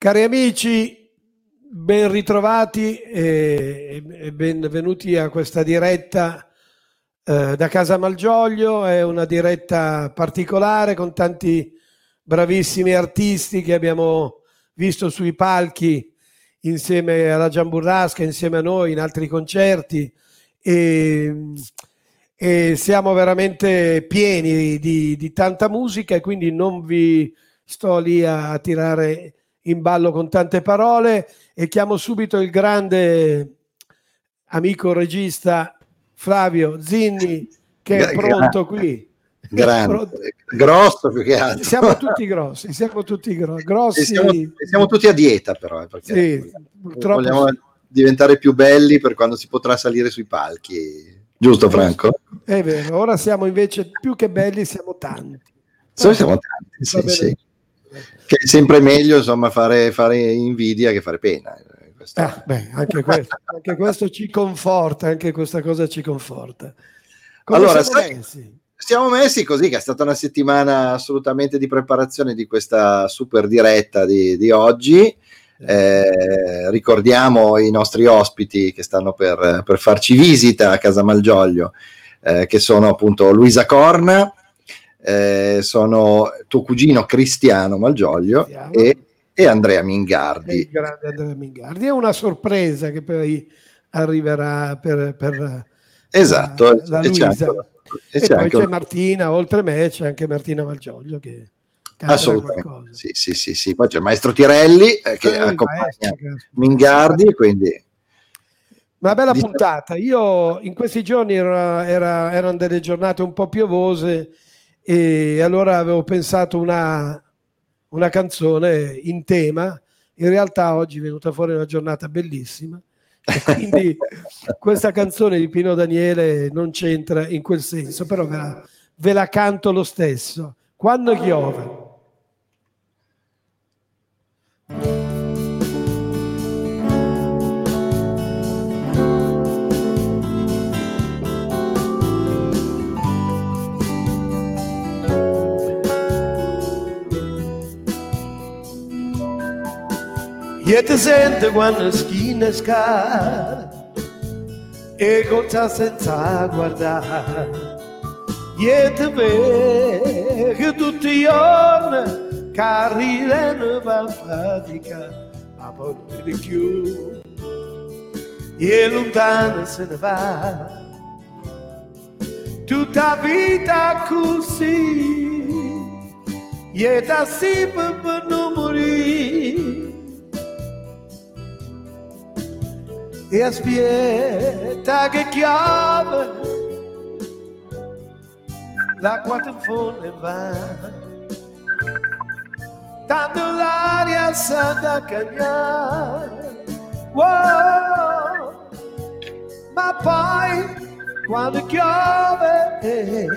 Cari amici, ben ritrovati e benvenuti a questa diretta da Casa Malgioglio. È una diretta particolare con tanti bravissimi artisti che abbiamo visto sui palchi insieme alla Giamburrasca, insieme a noi in altri concerti, e siamo veramente pieni di tanta musica, e quindi non vi sto lì a tirare in ballo con tante parole, e chiamo subito il grande amico regista Flavio Zinni, che è pronto qui. Grande, grosso più che altro. Siamo tutti grossi, grossi. Siamo tutti a dieta, però, perché sì, purtroppo vogliamo diventare più belli per quando si potrà salire sui palchi. Giusto, Franco? È vero, ora siamo invece più che belli, siamo tanti. Siamo tanti, sì. Che è sempre meglio, insomma, fare invidia che fare pena. Anche questo ci conforta, anche questa cosa ci conforta. Allora, siamo messi così, che è stata una settimana assolutamente di preparazione di questa super diretta di oggi. Ricordiamo i nostri ospiti che stanno per farci visita a Casa Malgioglio, che sono appunto Luisa Corna, sono tuo cugino Cristiano Malgioglio e Andrea Mingardi. Il grande Andrea Mingardi. È una sorpresa che poi arriverà per esatto, la Luisa. E poi c'è Martina, oltre me c'è anche Martina Malgioglio che assolutamente sì. Poi c'è il maestro Tirelli che accompagna Mingardi, quindi una bella puntata. Io in questi giorni erano delle giornate un po' piovose, e allora avevo pensato una canzone in tema. In realtà oggi è venuta fuori una giornata bellissima, e quindi questa canzone di Pino Daniele non c'entra in quel senso, però ve la canto lo stesso. Quando piove. E ti sente quando schina scala e goccia senza guardare, e ti vede tutti i giorni carriera va fatica a portare di più, e lontano se ne va tutta vita così, e da si per non morire. E aspetta che chiave l'acqua te fonde va, tanto l'aria sa da cagnare, wow. Ma poi quando piove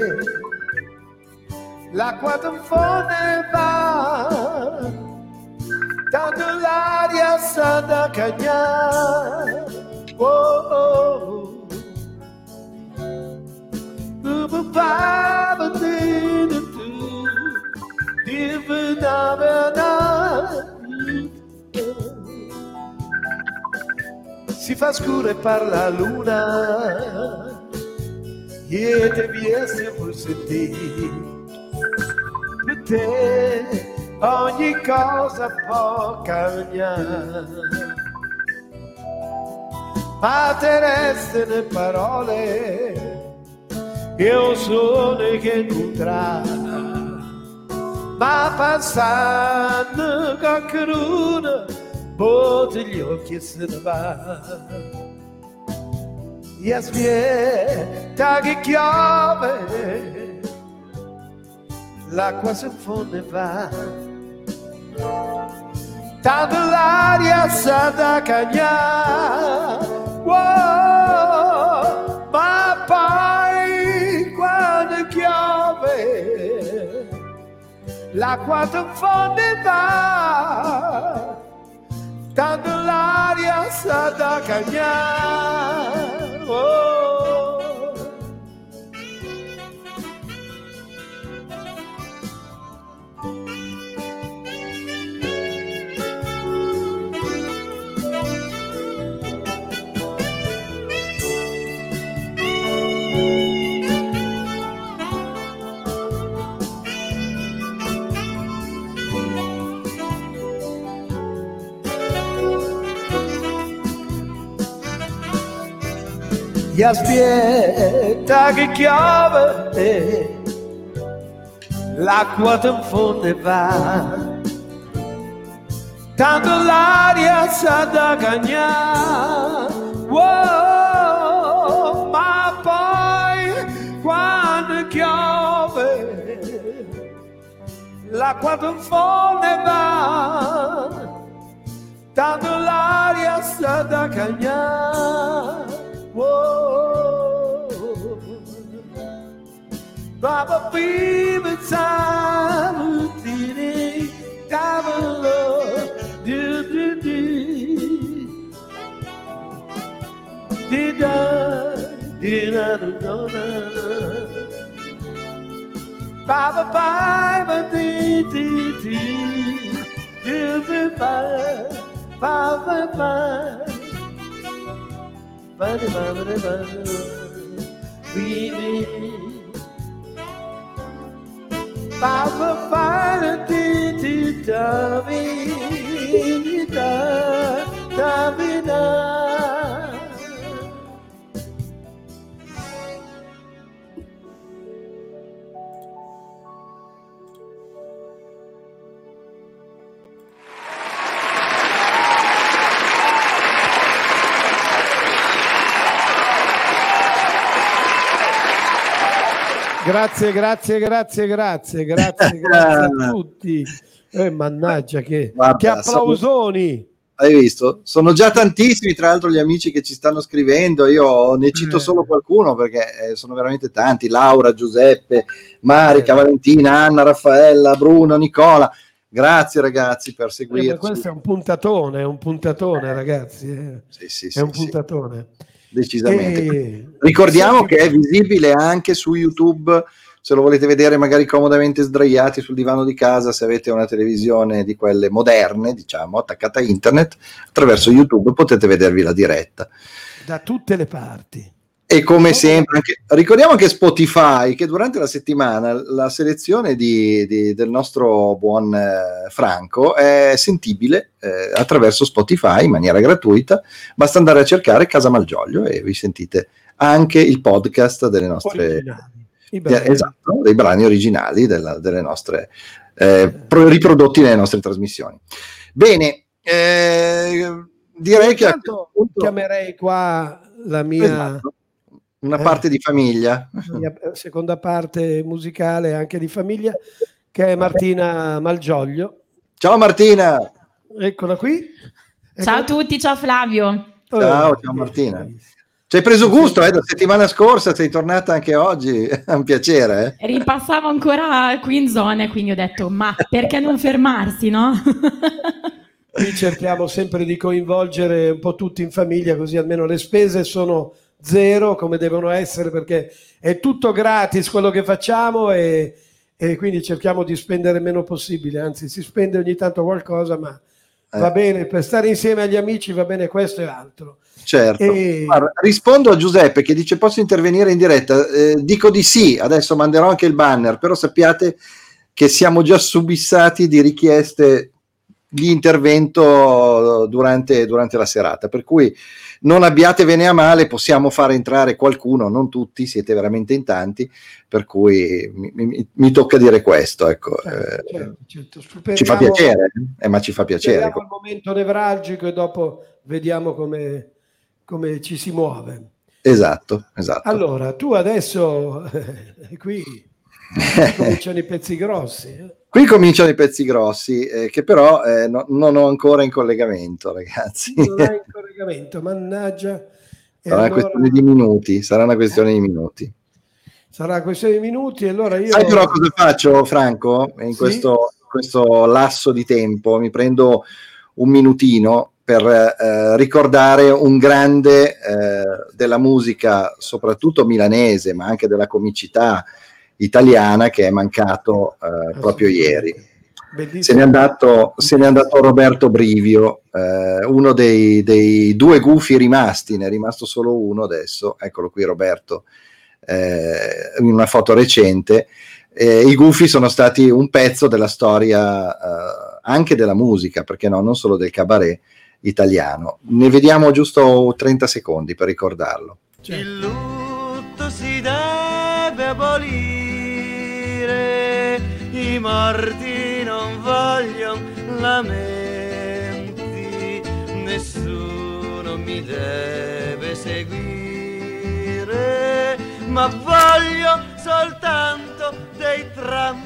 l'acqua te fonde va, tanto l'aria sa da cagnare, oh. Si fa scuro e parla luna, e te viene per sentire, per te ogni cosa può cambiare, ma te restano le parole e un sole che incontra, ma passando qualcuno botte gli occhi e se ne va, e aspetta che piove l'acqua si fonde va, tanto l'aria sa da cagnare, wow. Ma poi quando piove l'acqua ti fonde va, tanto l'aria sa da cagnare, oh. e aspetta che piove, l'acqua t'infonde va, tanto l'aria sa da cagnare, wow, ma poi quando piove l'acqua t'infonde va, tanto l'aria sa da cagnare, wow. Baba baby time did love do did Baba baba did Baba baba did Grazie a tutti. Mannaggia che applausoni. Hai visto? Sono già tantissimi, tra l'altro, gli amici che ci stanno scrivendo. Io ne cito solo qualcuno perché sono veramente tanti. Laura, Giuseppe, Marica, Valentina, Anna, Raffaella, Bruno, Nicola. Grazie ragazzi per seguirci. Questo è un puntatone, ragazzi. Sì, è un puntatone. Decisamente. Ricordiamo che è visibile anche su YouTube, se lo volete vedere magari comodamente sdraiati sul divano di casa, se avete una televisione di quelle moderne, diciamo, attaccata a internet, attraverso YouTube potete vedervi la diretta. Da tutte le parti. E come sempre, ricordiamo che Spotify, che durante la settimana la selezione del nostro buon Franco è sentibile attraverso Spotify in maniera gratuita, basta andare a cercare Casa Malgioglio e vi sentite anche il podcast delle nostre dei brani originali delle nostre riprodotti nelle nostre trasmissioni. Bene, direi che a questo punto chiamerei qua la mia una parte di famiglia, la seconda parte musicale anche di famiglia, che è Martina Malgioglio. Ciao Martina, eccola qui. Ciao a tutti, ciao Flavio. Ciao Martina. Ci hai preso gusto, da settimana scorsa sei tornata anche oggi, è un piacere. Ripassavo ancora qui in zona, quindi ho detto, ma perché non fermarsi, no? Qui cerchiamo sempre di coinvolgere un po' tutti in famiglia, così almeno le spese sono zero, come devono essere, perché è tutto gratis quello che facciamo e quindi cerchiamo di spendere meno possibile, anzi si spende ogni tanto qualcosa, ma va bene, per stare insieme agli amici va bene questo e altro. Certo. Guarda, rispondo a Giuseppe che dice posso intervenire in diretta, dico di sì, adesso manderò anche il banner, però sappiate che siamo già subissati di richieste di intervento durante la serata, per cui non abbiatevene a male, possiamo fare entrare qualcuno, non tutti, siete veramente in tanti, per cui mi tocca dire questo, ecco. Certo. Ci fa piacere, ma ci fa piacere. Speriamo il momento nevralgico e dopo vediamo come ci si muove. Esatto. Allora, tu adesso qui cominciano i pezzi grossi. Qui cominciano i pezzi grossi, che però non ho ancora in collegamento, ragazzi. Non hai in collegamento, mannaggia. Sarà una questione di minuti, sarà una questione di minuti. Sarà questione di minuti, e allora io... Sai però cosa faccio, Franco? In questo lasso di tempo mi prendo un minutino per ricordare un grande della musica, soprattutto milanese, ma anche della comicità italiana, che è mancato proprio ieri. Se n'è andato Roberto Brivio, uno dei due gufi rimasti, ne è rimasto solo uno adesso, eccolo qui Roberto, in una foto recente. I gufi sono stati un pezzo della storia anche della musica, perché no, non solo del cabaret italiano. Ne vediamo giusto 30 secondi per ricordarlo. Certo. Il lutto si deve abolire, i morti non vogliono lamenti, nessuno mi deve seguire, ma voglio soltanto dei tram.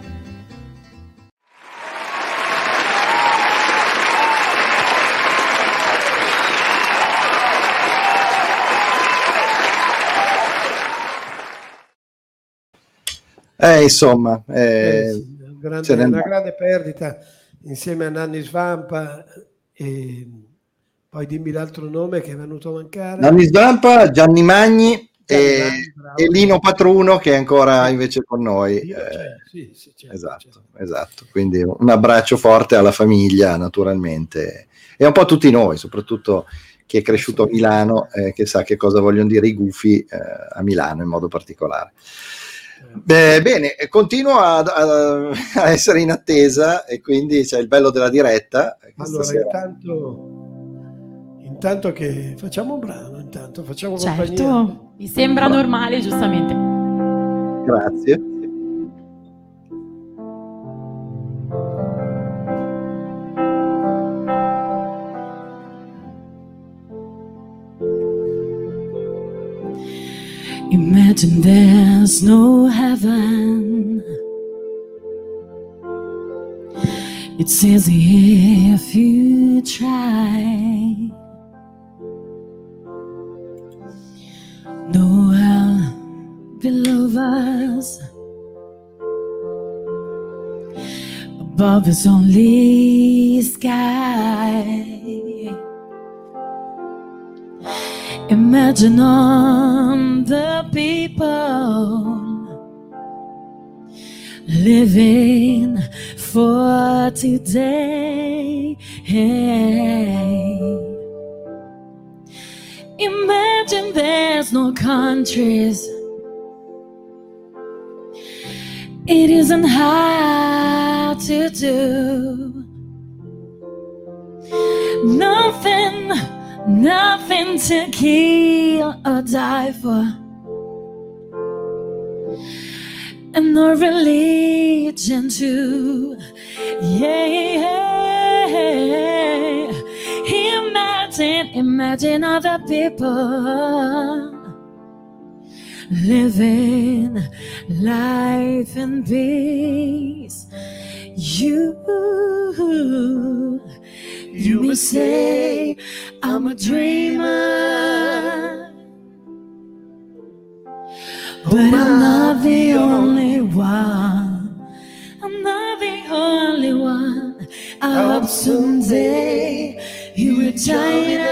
Insomma, Sì, una grande perdita insieme a Nanni Svampa e poi dimmi l'altro nome che è venuto a mancare. Nanni Svampa, Gianni Magni e Lino Patruno che è ancora invece con noi. Sì, certo, Esatto. Quindi un abbraccio forte alla famiglia, naturalmente, e un po' a tutti noi, soprattutto chi è cresciuto a Milano, che sa che cosa vogliono dire i gufi a Milano in modo particolare. Bene, continuo a essere in attesa e quindi c'è il bello della diretta. Allora, intanto che facciamo un brano, facciamo compagnia. Certo, mi sembra normale, giustamente. Grazie. Imagine there's no heaven. It's easy if you try. No hell below us. Above is only sky. Imagine on the people living for today. Imagine there's no countries. It isn't hard to do. Nothing to kill or die for, and no religion too. Imagine other people living life in peace. You may say I'm a dreamer, but I'm not the only one. I'm not the only one. I hope someday you will join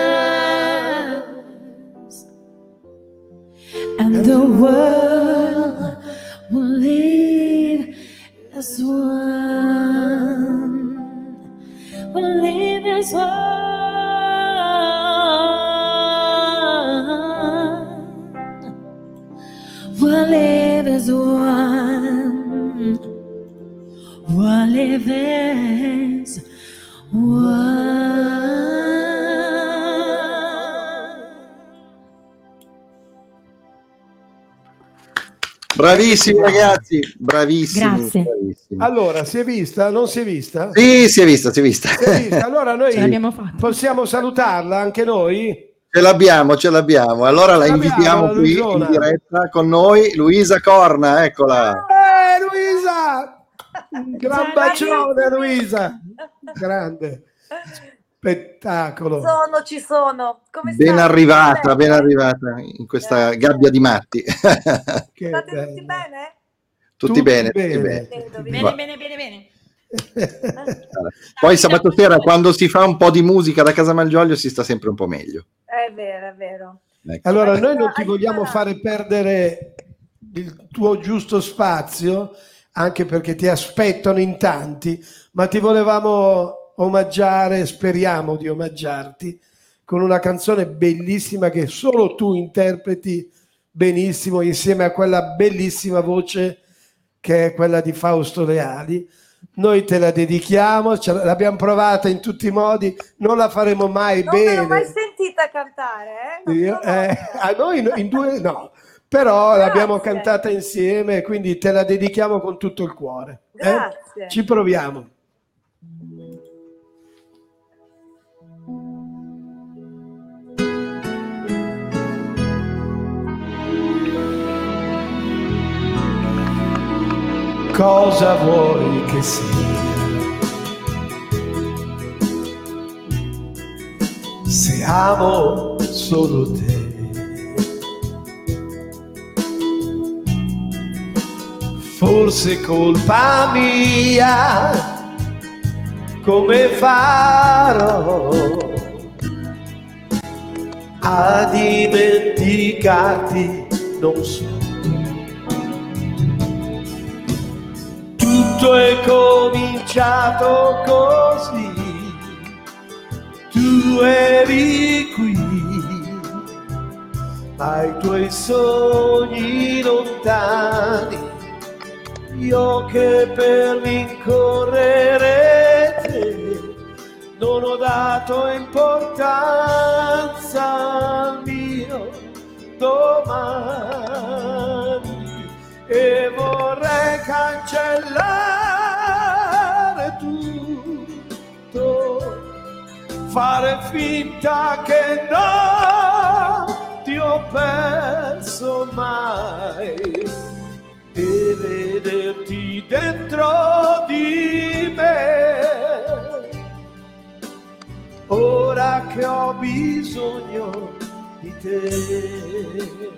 us, and the world will live as one. We'll live as one. We'll live as one. We'll live as one. Bravissimi ragazzi, bravissimi. Grazie. Bravissimi. Allora, si è vista? Non si è vista? Sì, si è vista. Si è vista. Allora noi Ce l'abbiamo fatta. possiamo salutarla anche noi? Ce l'abbiamo. Allora la invitiamo qui in diretta con noi, Luisa Corna, eccola. Luisa! Un gran bacione, Luisa! Grande spettacolo. Ci sono. Come Ben stai? arrivata in questa gabbia di matti. State tutti bene? Tutti bene. Bene. Poi sabato sera quando si fa un po' di musica da Casa Malgioglio si sta sempre un po' meglio. È vero. Ecco. Allora noi non ti vogliamo fare perdere il tuo giusto spazio, anche perché ti aspettano in tanti, ma ti volevamo omaggiare, speriamo di omaggiarti con una canzone bellissima che solo tu interpreti benissimo insieme a quella bellissima voce che è quella di Fausto Leali. noi te la dedichiamo, l'abbiamo provata in tutti i modi, non la faremo mai Non bene. me l'ho mai sentita cantare, A noi in due no, però Grazie. l'abbiamo cantata insieme, quindi te la dedichiamo con tutto il cuore. Grazie. Ci proviamo. Cosa vuoi che sia? Se amo solo te, forse colpa mia, come farò a dimenticarti? Non so. Tutto è cominciato così, tu eri qui, ai tuoi sogni lontani, io che per rincorrere te non ho dato importanza al mio domani. E vorrei cancellare tutto, fare finta che non ti ho perso mai e vederti dentro di me, ora che ho bisogno di te.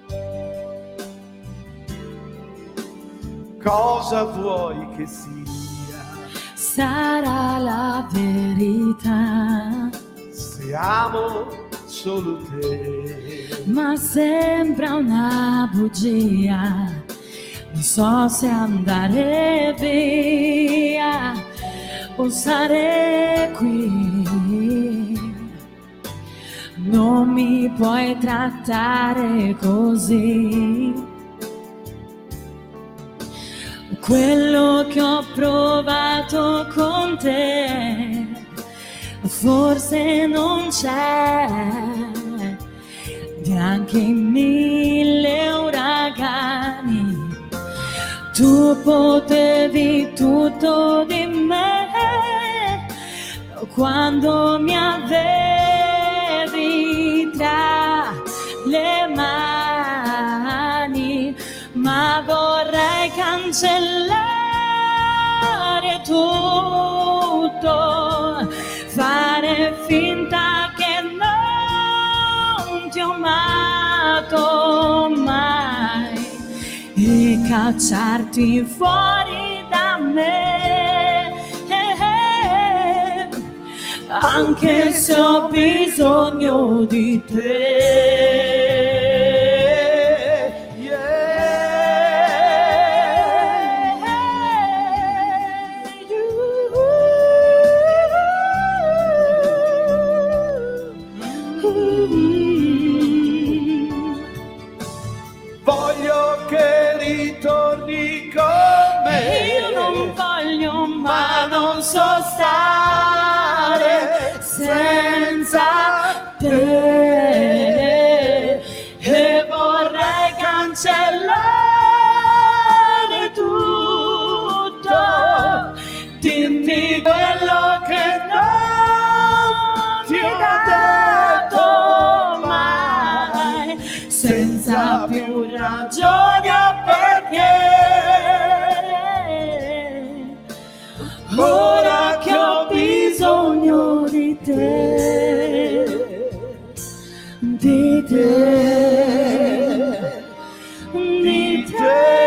Cosa vuoi che sia? Sarà la verità. Se amo solo te. Ma sembra una bugia. Non so se andare via o stare qui. Non mi puoi trattare così. Quello che ho provato con te forse non c'è neanche in 1000 uragani. Tu potevi tutto di me quando mi avevi tra le mani, ma vorrei cancellare tutto, fare finta che non ti ho amato mai e cacciarti fuori da me, anche se ho bisogno di te. Voglio che ritorni con me. Io non voglio, ma non so stare senza te e vorrei cancellare tutto. Dimmi quello che non ti ho detto mai, senza più ragioni o perché. Ora che ho bisogno di te, di te, di te.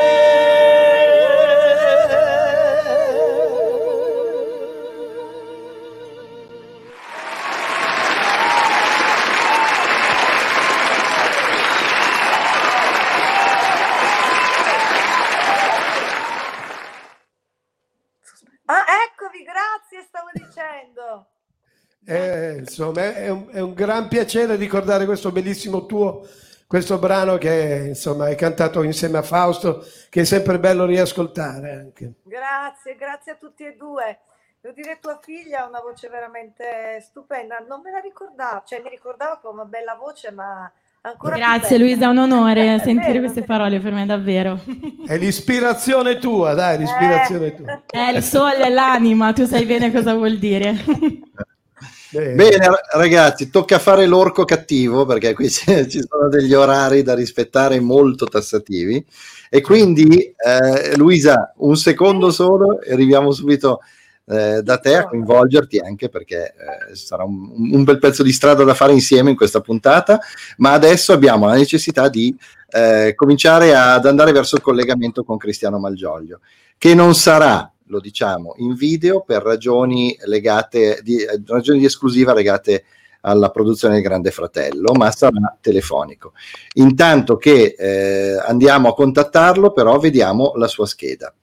Ah, eccovi, grazie, stavo dicendo. Insomma, è un gran piacere ricordare questo bellissimo tuo questo brano che insomma è cantato insieme a Fausto, che è sempre bello riascoltare anche. Grazie a tutti e due. Devo dire, tua figlia ha una voce veramente stupenda, non me la ricordavo, cioè mi ricordavo che ha una bella voce, ma ancora Grazie Luisa, è un onore sentire queste parole per me, davvero. È l'ispirazione tua, dai, l'ispirazione tua. È il sole, l'anima, tu sai bene cosa vuol dire. Bene ragazzi, tocca fare l'orco cattivo, perché qui ci sono degli orari da rispettare molto tassativi, e quindi Luisa, un secondo solo e arriviamo subito da te a coinvolgerti, anche perché sarà un bel pezzo di strada da fare insieme in questa puntata, ma adesso abbiamo la necessità di cominciare ad andare verso il collegamento con Cristiano Malgioglio, che non sarà, lo diciamo, in video per ragioni di esclusiva legate alla produzione del Grande Fratello, ma sarà telefonico. Intanto che andiamo a contattarlo, però vediamo la sua scheda.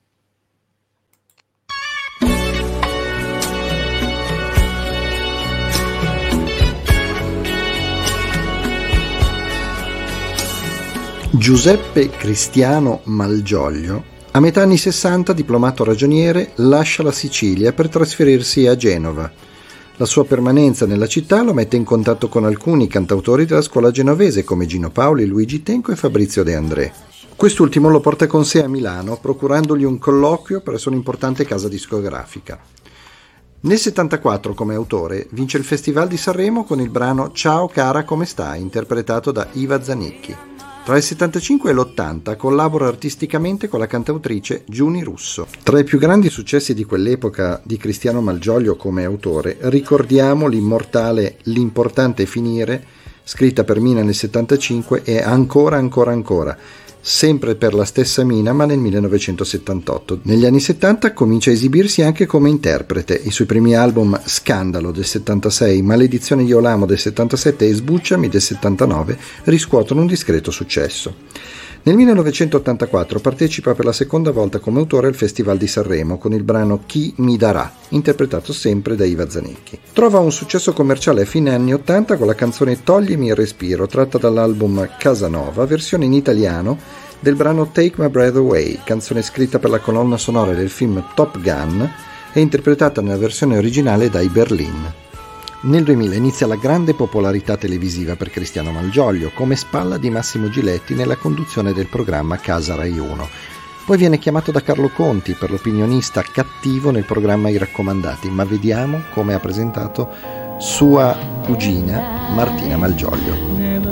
Giuseppe Cristiano Malgioglio, a metà anni 60 diplomato ragioniere, lascia la Sicilia per trasferirsi a Genova. La sua permanenza nella città lo mette in contatto con alcuni cantautori della scuola genovese come Gino Paoli, Luigi Tenco e Fabrizio De André. Quest'ultimo lo porta con sé a Milano, procurandogli un colloquio presso un'importante casa discografica. Nel 74, come autore, vince il Festival di Sanremo con il brano Ciao cara come stai, interpretato da Iva Zanicchi. Tra il 75 e l'80 collabora artisticamente con la cantautrice Giuni Russo. Tra i più grandi successi di quell'epoca di Cristiano Malgioglio come autore ricordiamo l'immortale L'importante è finire, scritta per Mina nel 75 e Ancora, sempre per la stessa Mina ma nel 1978. Negli anni 70 comincia a esibirsi anche come interprete. I suoi primi album Scandalo del 76, Maledizione io l'amo del 77 e Sbucciami del 79 riscuotono un discreto successo. Nel 1984 partecipa per la seconda volta come autore al Festival di Sanremo con il brano Chi mi darà, interpretato sempre da Iva Zanicchi. Trova un successo commerciale a fine anni 80 con la canzone Toglimi il respiro, tratta dall'album Casanova, versione in italiano del brano Take My Breath Away, canzone scritta per la colonna sonora del film Top Gun e interpretata nella versione originale dai Berlin. Nel 2000 inizia la grande popolarità televisiva per Cristiano Malgioglio come spalla di Massimo Giletti nella conduzione del programma Casa Rai 1. Poi viene chiamato da Carlo Conti per l'opinionista cattivo nel programma I Raccomandati, ma vediamo come ha presentato sua cugina Martina Malgioglio.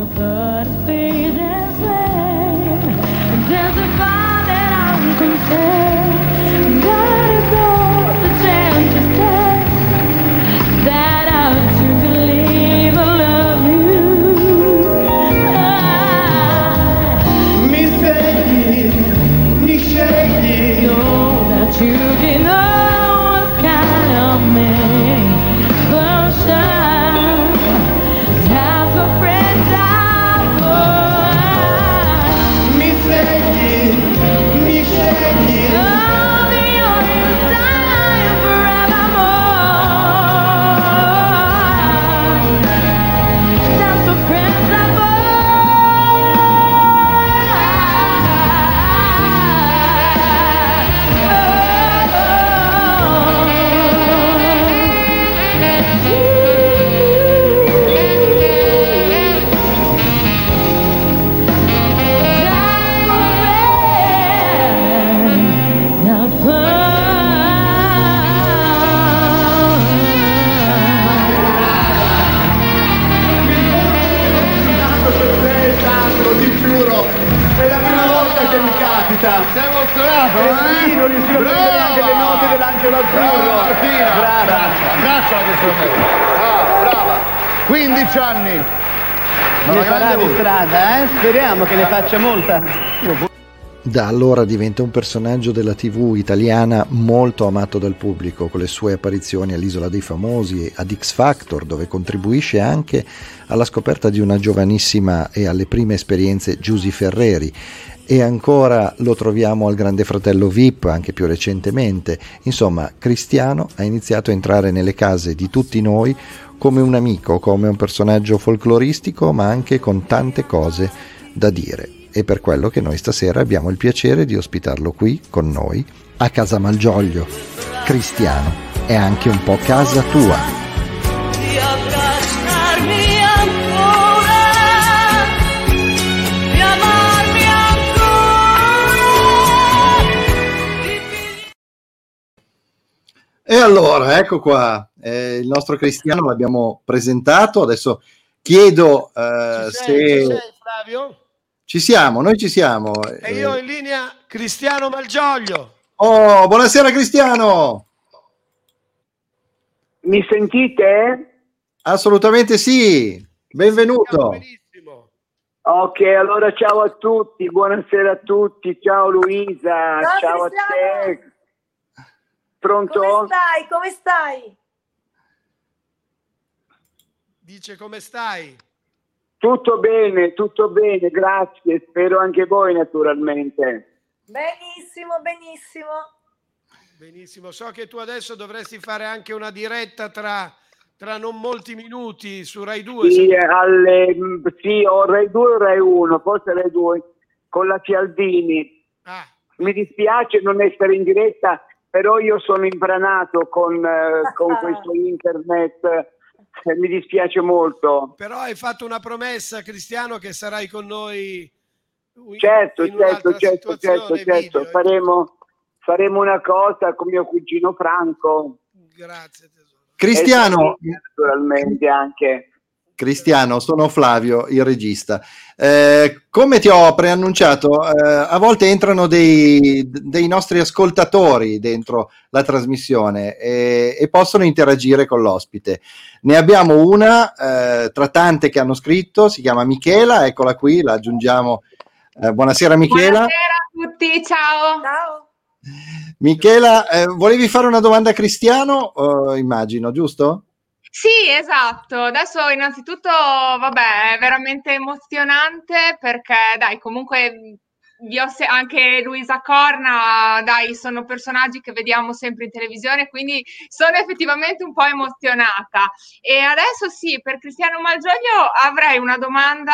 Sei emozionato, eh? Non riuscivo a prendere neanche le note dell'angelo azzurro. Martina, brava. Ammazza che sono brava. 15 anni. Ne farà di strada, eh? Speriamo che ne faccia molta. Da allora diventa un personaggio della TV italiana molto amato dal pubblico, con le sue apparizioni all'Isola dei Famosi e ad X Factor, dove contribuisce anche alla scoperta di una giovanissima e alle prime esperienze Giusy Ferreri. E ancora lo troviamo al Grande Fratello VIP, anche più recentemente. Insomma, Cristiano ha iniziato a entrare nelle case di tutti noi come un amico, come un personaggio folcloristico, ma anche con tante cose da dire. E per quello che noi stasera abbiamo il piacere di ospitarlo qui con noi a Casa Malgioglio. Cristiano, è anche un po' casa tua. Di abbracciarmi ancora, di amarmi ancora. E allora, ecco qua, il nostro Cristiano l'abbiamo presentato, adesso chiedo Ci se... sei, Flavio? Ci siamo, noi ci siamo. E io ho in linea Cristiano Malgioglio. Oh, buonasera Cristiano! Mi sentite? Assolutamente sì, benvenuto. Benissimo. Ok, allora ciao a tutti, buonasera a tutti, ciao Luisa, ciao a te. Pronto? Come stai? Come stai? Dice come stai? Tutto bene, grazie, spero anche voi naturalmente. Benissimo, benissimo. Benissimo, so che tu adesso dovresti fare anche una diretta tra non molti minuti su Rai 2. Sì, o Rai 2 o Rai 1, forse Rai 2, con la Cialdini. Mi dispiace non essere in diretta, però io sono imbranato con questo internet. Mi dispiace molto. Però hai fatto una promessa, Cristiano, che sarai con noi. Certo. Video. Faremo una cosa con mio cugino Franco. Grazie tesoro. Cristiano, naturalmente anche. Cristiano, sono Flavio, il regista. Come ti ho preannunciato, a volte entrano dei nostri ascoltatori dentro la trasmissione e possono interagire con l'ospite. Ne abbiamo una tra tante che hanno scritto, si chiama Michela, eccola qui, la aggiungiamo. Buonasera Michela. Buonasera a tutti, ciao. Ciao. Michela, volevi fare una domanda a Cristiano, immagino, giusto? Sì, esatto. Adesso innanzitutto, vabbè, è veramente emozionante perché, dai, comunque anche Luisa Corna, dai, sono personaggi che vediamo sempre in televisione, quindi sono effettivamente un po' emozionata. E adesso sì, per Cristiano Malgioglio avrei una domanda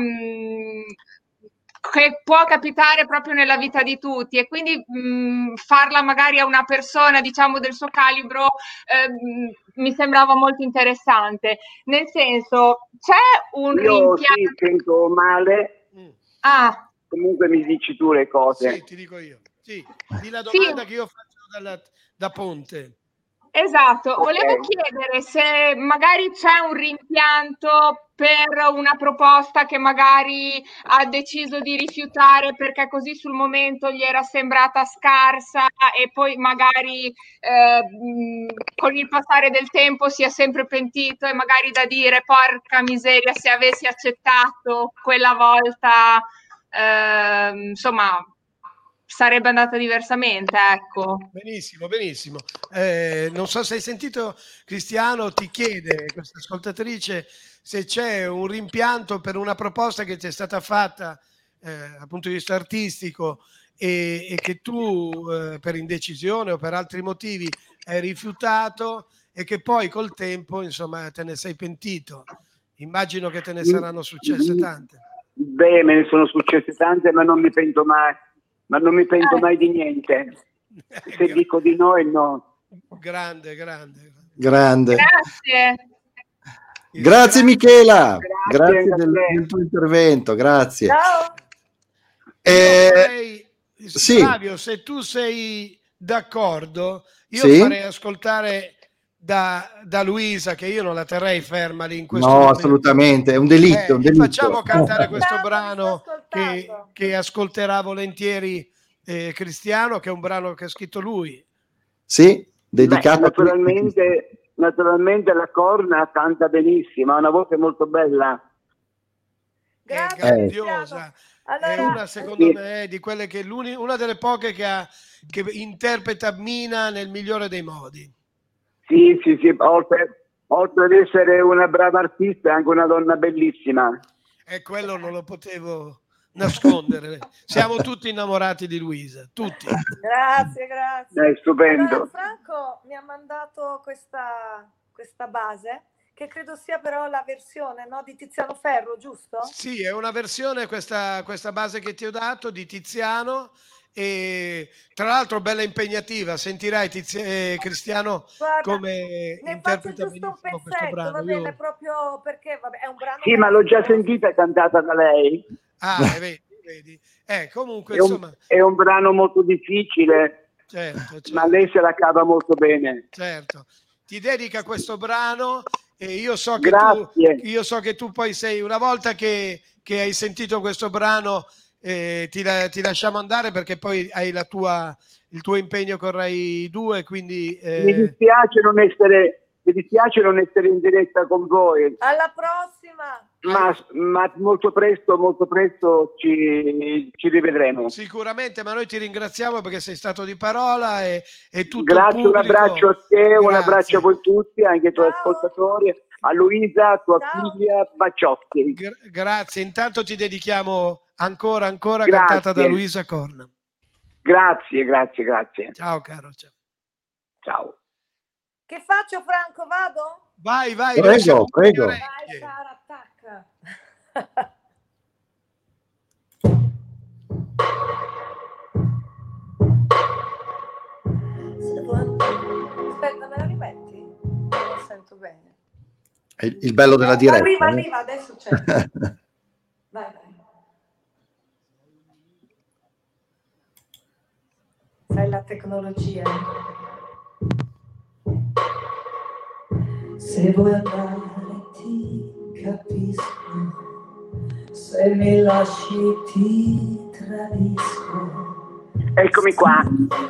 che può capitare proprio nella vita di tutti e quindi farla magari a una persona, diciamo, del suo calibro mi sembrava molto interessante. Nel senso, c'è un rimpianto... Sì, sento male. Comunque mi dici tu le cose. Sì, ti dico io. Sì, di la domanda che io faccio da ponte. Esatto, volevo chiedere se magari c'è un rimpianto per una proposta che magari ha deciso di rifiutare perché così sul momento gli era sembrata scarsa e poi magari con il passare del tempo si è sempre pentito e magari da dire porca miseria se avessi accettato quella volta, insomma... sarebbe andata diversamente, ecco. Benissimo. Non so se hai sentito, Cristiano ti chiede, questa ascoltatrice, se c'è un rimpianto per una proposta che ti è stata fatta dal punto di vista artistico e che tu per indecisione o per altri motivi hai rifiutato e che poi col tempo, insomma, te ne sei pentito. Immagino che te ne saranno successe tante. Beh, me ne sono successe tante, ma non mi pento mai. Ma non mi pento mai di niente. Se dico di no è no. Grande. Grazie Michela. Grazie del tuo intervento. Grazie. Ciao. Sì. Flavio, se tu sei d'accordo, io farei ascoltare da Luisa, che io non la terrei ferma lì in questo momento. Assolutamente, è un delitto. Facciamo cantare questo brano che ascolterà volentieri Cristiano, che è un brano che ha scritto lui. Sì, dedicato naturalmente la Corna canta benissimo, ha una voce molto bella. Grazie, grandiosa. Allora, è una, secondo me, di quelle che una delle poche che interpreta Mina nel migliore dei modi. Sì, oltre ad essere una brava artista è anche una donna bellissima. E quello non lo potevo nascondere. Siamo tutti innamorati di Luisa, tutti. Grazie. È stupendo. Allora, Franco mi ha mandato questa base che credo sia però la versione, no, di Tiziano Ferro, giusto? Sì, è una versione, questa base che ti ho dato, di Tiziano, e tra l'altro bella impegnativa. Sentirai Cristiano Guarda, come ne faccio interpreta giusto un benissimo questo pezzetto, brano. va bene, proprio perché vabbè, è un brano... Sì, ma l'ho già sentita cantata da lei. Vedi. Comunque, insomma... È un brano molto difficile, certo. Ma lei se la cava molto bene. Certo. Ti dedica questo brano e io so che tu poi sei, una volta che hai sentito questo brano, ti lasciamo andare perché poi hai il tuo impegno con Rai 2, quindi mi dispiace non essere in diretta con voi. Alla prossima. Ma molto presto ci rivedremo. Sicuramente, ma noi ti ringraziamo perché sei stato di parola e tutto grazie, il pubblico. Un abbraccio a te, un abbraccio a voi tutti, anche ai tuoi ascoltatori, a Luisa, a tua figlia, baciotti. Grazie, intanto ti dedichiamo ancora cantata da Luisa Corna. Grazie. Ciao caro. Ciao. Che faccio, Franco? Vado? Vai. Prego. Vai, cara, attacca. Aspetta, me la rimetti? Non lo sento bene. È il bello della diretta. Arriva, adesso c'è. Vai. Sai la tecnologia. Se vuoi andare ti capisco, se mi lasci ti tradisco. Eccomi qua.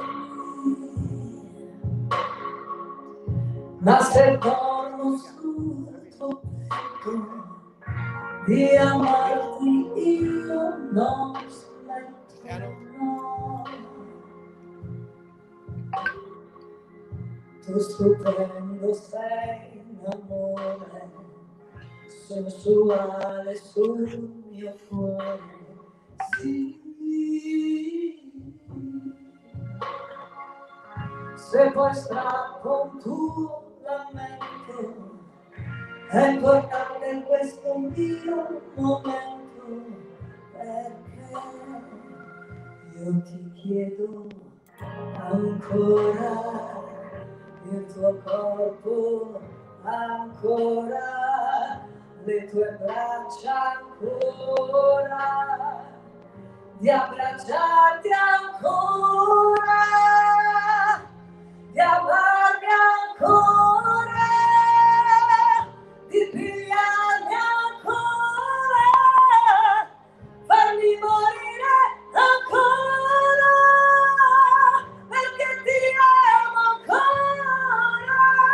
Ma se dormo sul tuo petto di amarti io non smetto, no. Tu stupendo sei l'amore, sensuale sul mio cuore, sì. Se poi strappo un tuo lamento, è importante in questo mio momento, perché io ti chiedo ancora il tuo corpo, ancora le tue braccia, ancora di abbracciarti ancora, di amarmi ancora, di pigliarmi ancora, farmi morire ancora, perché ti amo ancora.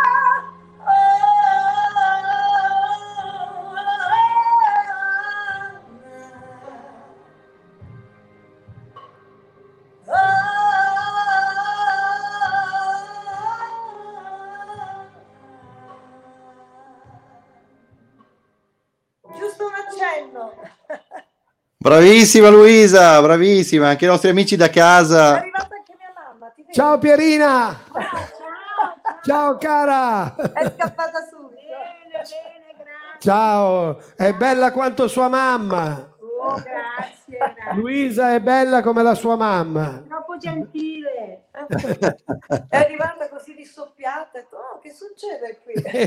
Giusto un accenno. Bravissima Luisa, bravissima, anche i nostri amici da casa. È arrivata anche mia mamma. Ti vedo? Ciao Pierina. Ciao cara. È scappata subito. Bene, grazie. Ciao, è bella quanto sua mamma. Oh, grazie. Luisa è bella come la sua mamma. Troppo gentile. È arrivata così disoppiata. Oh, che succede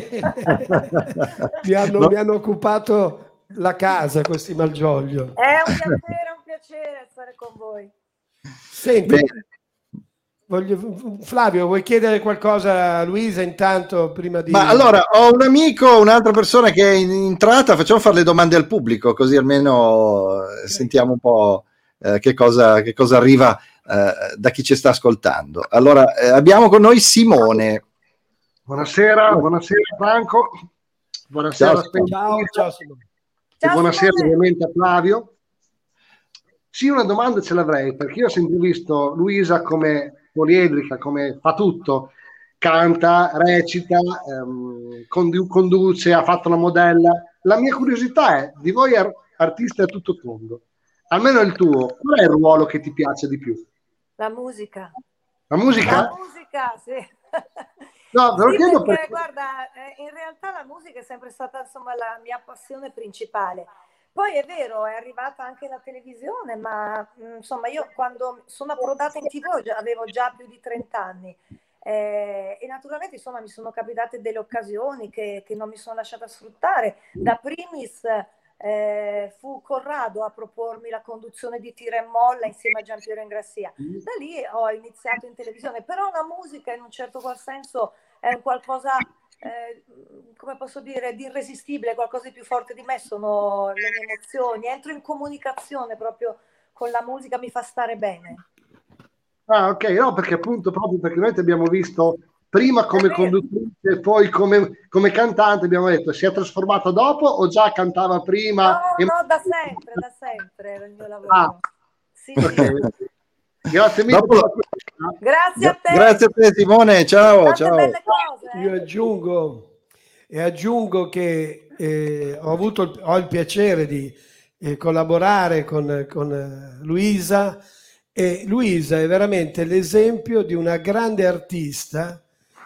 qui? Mi hanno occupato la casa questi Malgioglio. È un piacere stare con voi. Senti, Flavio, vuoi chiedere qualcosa a Luisa intanto prima di... Ma allora, ho un amico, un'altra persona che è in entrata, facciamo fare le domande al pubblico, così almeno sentiamo un po' che cosa arriva da chi ci sta ascoltando. Allora, abbiamo con noi Simone. Buonasera Franco. Buonasera. Ciao Simone. E buonasera ovviamente a Flavio. Sì, una domanda ce l'avrei, perché io ho sempre visto Luisa come poliedrica, come fa tutto, canta, recita, conduce, ha fatto la modella. La mia curiosità è, di voi artisti a tutto tondo, almeno il tuo, qual è il ruolo che ti piace di più? La musica. La musica? La musica, sì. No, ve lo Sì, chiedo perché perché... guarda, in realtà la musica è sempre stata insomma la mia passione principale. Poi è vero, è arrivata anche la televisione, ma insomma io quando sono approdata in TV avevo già più di 30 anni e naturalmente insomma mi sono capitate delle occasioni che non mi sono lasciata sfruttare. Da primis fu Corrado a propormi la conduzione di Tira e Molla insieme a Giampiero Ingrassia. Da lì ho iniziato in televisione, però la musica in un certo qual senso è un qualcosa, come posso dire, di irresistibile, qualcosa di più forte di me, sono le mie emozioni, entro in comunicazione proprio con la musica, mi fa stare bene. Ah, ok, no, perché appunto proprio perché noi ti abbiamo visto prima come conduttrice e poi come cantante, abbiamo detto, si è trasformata dopo o già cantava prima? No, da sempre era il mio lavoro. Ah, Sì, okay. sì. Grazie mille. Grazie a te. Grazie a te Simone, ciao. Ciao. Belle cose, Io aggiungo che ho il piacere di collaborare con Luisa, e Luisa è veramente l'esempio di una grande artista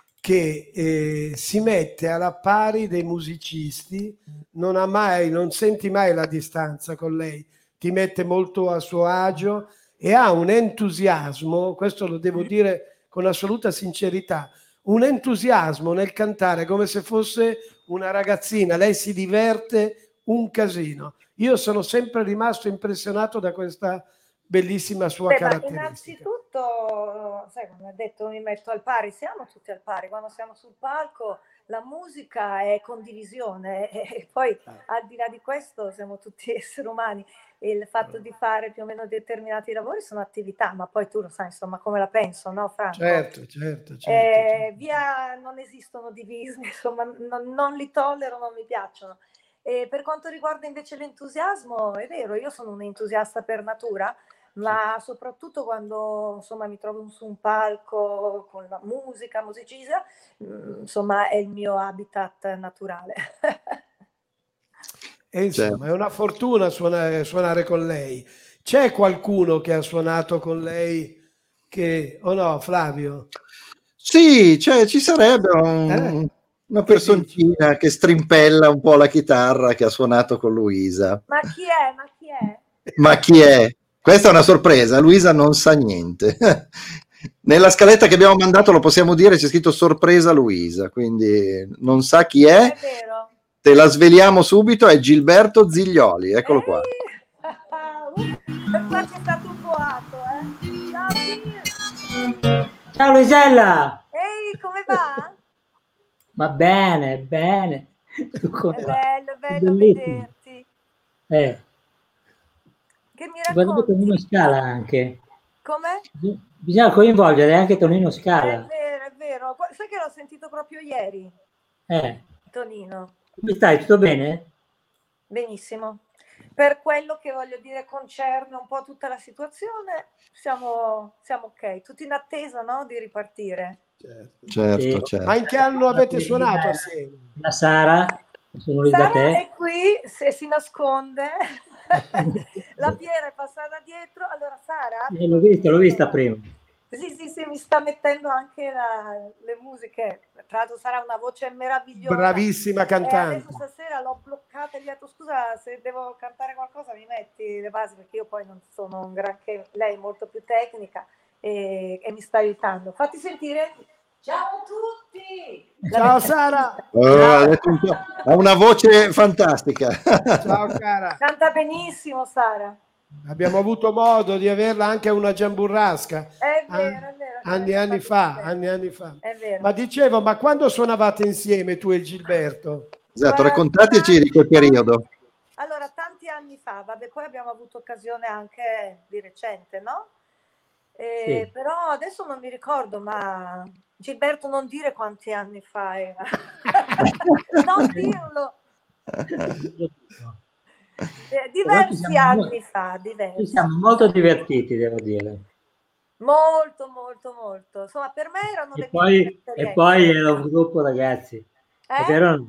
che si mette alla pari dei musicisti, non senti mai la distanza con lei, ti mette molto a suo agio e ha un entusiasmo, questo lo devo dire con assoluta sincerità, un entusiasmo nel cantare come se fosse una ragazzina, lei si diverte un casino. Io sono sempre rimasto impressionato da questa bellissima sua caratteristica. Innanzitutto, sai, come ha detto, mi metto al pari, siamo tutti al pari, quando siamo sul palco la musica è condivisione e poi al di là di questo siamo tutti esseri umani e il fatto di fare più o meno determinati lavori sono attività, ma poi tu lo sai insomma come la penso, no Franco? Certo. Via non esistono divismi, insomma non li tollero, non mi piacciono. E per quanto riguarda invece l'entusiasmo, è vero, io sono un entusiasta per natura, ma soprattutto quando insomma mi trovo su un palco con la musicista, insomma è il mio habitat naturale. E insomma è una fortuna suonare con lei. C'è qualcuno che ha suonato con lei o no, Flavio? Sì, ci sarebbe una personcina che strimpella un po' la chitarra che ha suonato con Luisa. Ma chi è? Ma chi è? Questa è una sorpresa, Luisa non sa niente. Nella scaletta che abbiamo mandato, lo possiamo dire, c'è scritto sorpresa Luisa, quindi non sa chi è. È vero. Te la sveliamo subito, è Gilberto Ziglioli, eccolo qua. Per farci stato un boato, Ciao Luisella! Ehi, come va? Ma bene. Tu come è va? bello vederti. Che mi racconti? Guarda Tonino Scala anche. Come? Bisogna coinvolgere anche Tonino Scala. È vero. Sai che l'ho sentito proprio ieri? Tonino. Come stai? Tutto bene? Benissimo. Per quello che voglio dire concerne un po' tutta la situazione, siamo ok. Tutti in attesa, no? Di ripartire. Certo. Ma in che anno avete suonato assieme? La Sara, sono lì da Sara te. è qui, se si nasconde. La Piera è passata dietro. Allora Sara... L'ho vista prima. Sì, mi sta mettendo anche le musiche. Tra l'altro sarà una voce meravigliosa. Bravissima cantante. Adesso stasera l'ho bloccata e gli ho detto scusa se devo cantare qualcosa mi metti le basi perché io poi non sono un granché, lei è molto più tecnica e mi sta aiutando. Fatti sentire. Ciao a tutti! Ciao Sara! Ha una voce fantastica. Ciao cara! Canta benissimo Sara. Abbiamo avuto modo di averla anche a una giamburrasca. È vero. Anni fa. È vero. Ma dicevo, ma quando suonavate insieme tu e Gilberto? Esatto, raccontateci di quel periodo. Allora, tanti anni fa, poi abbiamo avuto occasione anche di recente, no? Sì. Però adesso non mi ricordo, ma Gilberto non dire quanti anni fa era. Non dirlo. Diversi anni fa, Ci siamo molto divertiti, devo dire. Molto. Insomma, per me erano E poi era un gruppo, ragazzi.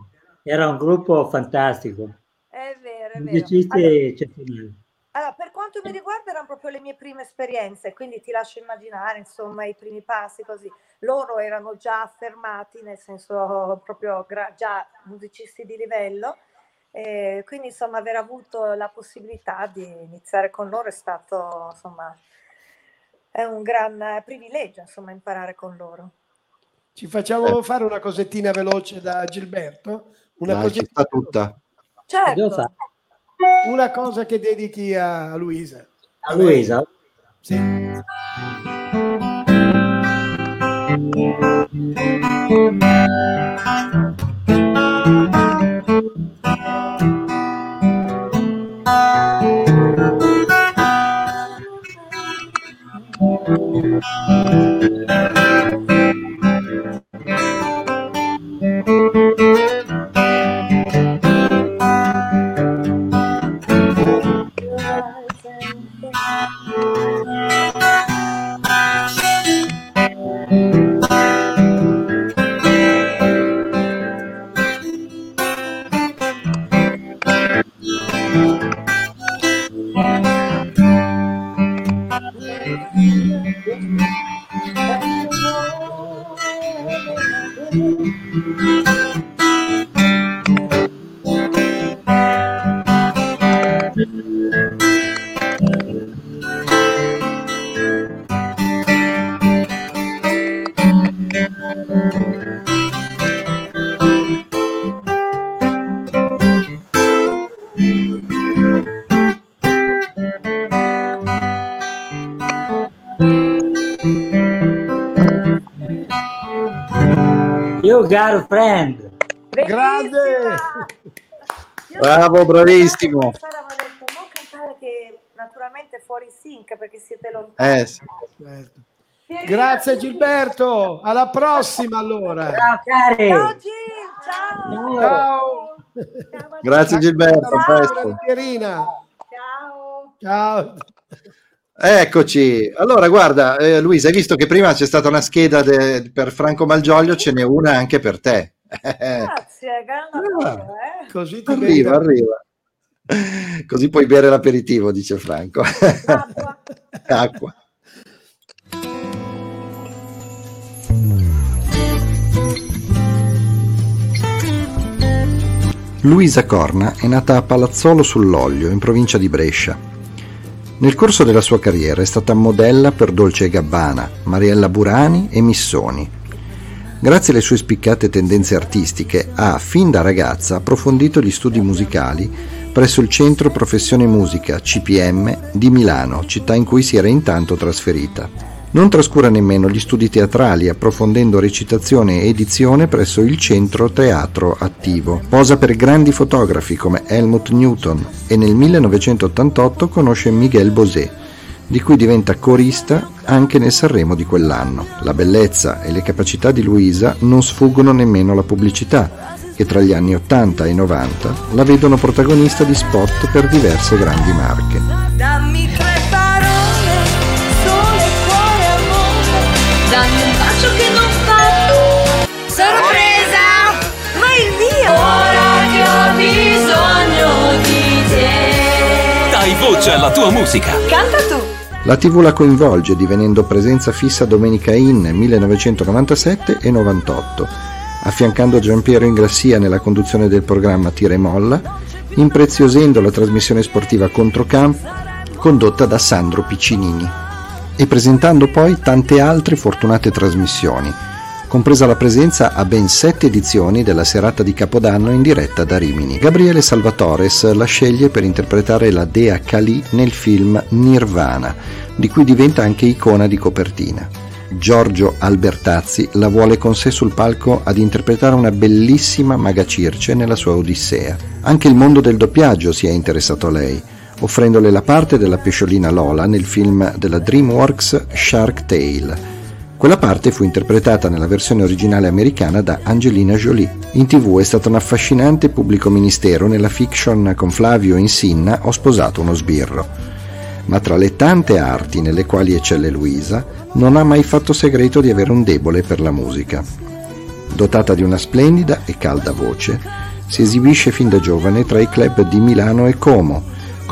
Era un gruppo fantastico. È vero. Musicisti eccezionali. Allora, per quanto quanto mi riguarda erano proprio le mie prime esperienze, quindi ti lascio immaginare, insomma, i primi passi così. Loro erano già affermati, nel senso proprio già musicisti di livello, quindi insomma aver avuto la possibilità di iniziare con loro è stato, insomma, è un gran privilegio, insomma, imparare con loro. Ci facciamo fare una cosettina veloce da Gilberto? Una Dai, ci sta tutta. Certo. Una cosa che dedichi a Luisa. A Luisa? Sì. You got a friend. Grande! Bravo, bravissimo. Sara mi ha detto non cantare, che naturalmente è fuori sync perché siete lontani. Sì. Grazie Gilberto, alla prossima allora. Ciao cari. Ciao Gil, ciao. Ciao. Grazie Gilberto, a presto. Ciao. Ciao. Eccoci. Allora, guarda, Luisa, hai visto che prima c'è stata una scheda per Franco Malgioglio, ce n'è una anche per te. Grazie, grande Così ti arriva. Così puoi bere l'aperitivo, dice Franco. Acqua. Luisa Corna è nata a Palazzolo sull'Oglio, in provincia di Brescia. Nel corso della sua carriera è stata modella per Dolce & Gabbana, Mariella Burani e Missoni. Grazie alle sue spiccate tendenze artistiche ha, fin da ragazza, approfondito gli studi musicali presso il Centro Professione Musica, CPM, di Milano, città in cui si era intanto trasferita. Non trascura nemmeno gli studi teatrali, approfondendo recitazione e edizione presso il Centro Teatro Attivo. Posa per grandi fotografi come Helmut Newton e nel 1988 conosce Miguel Bosé, di cui diventa corista anche nel Sanremo di quell'anno. La bellezza e le capacità di Luisa non sfuggono nemmeno alla pubblicità, che tra gli anni 80 e 90 la vedono protagonista di spot per diverse grandi marche. Dammi 3 parole, sole, cuore, amore. Dammi un bacio che non fa. Sono presa, ma il mio. Ora che ho bisogno di te. Dai voce alla tua musica. Canta tu. La TV la coinvolge, divenendo presenza fissa Domenica In 1997 e 98, affiancando Giampiero Ingrassia nella conduzione del programma Tira e Molla, impreziosendo la trasmissione sportiva Controcamp, condotta da Sandro Piccinini, e presentando poi tante altre fortunate trasmissioni, compresa la presenza a ben 7 edizioni della serata di Capodanno in diretta da Rimini. Gabriele Salvatores la sceglie per interpretare la dea Kali nel film Nirvana, di cui diventa anche icona di copertina. Giorgio Albertazzi la vuole con sé sul palco ad interpretare una bellissima Maga Circe nella sua Odissea. Anche il mondo del doppiaggio si è interessato a lei, offrendole la parte della pesciolina Lola nel film della DreamWorks Shark Tale. Quella parte fu interpretata nella versione originale americana da Angelina Jolie. In TV è stato un affascinante pubblico ministero nella fiction con Flavio Insinna Ho sposato uno sbirro. Ma tra le tante arti nelle quali eccelle Luisa, non ha mai fatto segreto di avere un debole per la musica. Dotata di una splendida e calda voce, si esibisce fin da giovane tra i club di Milano e Como,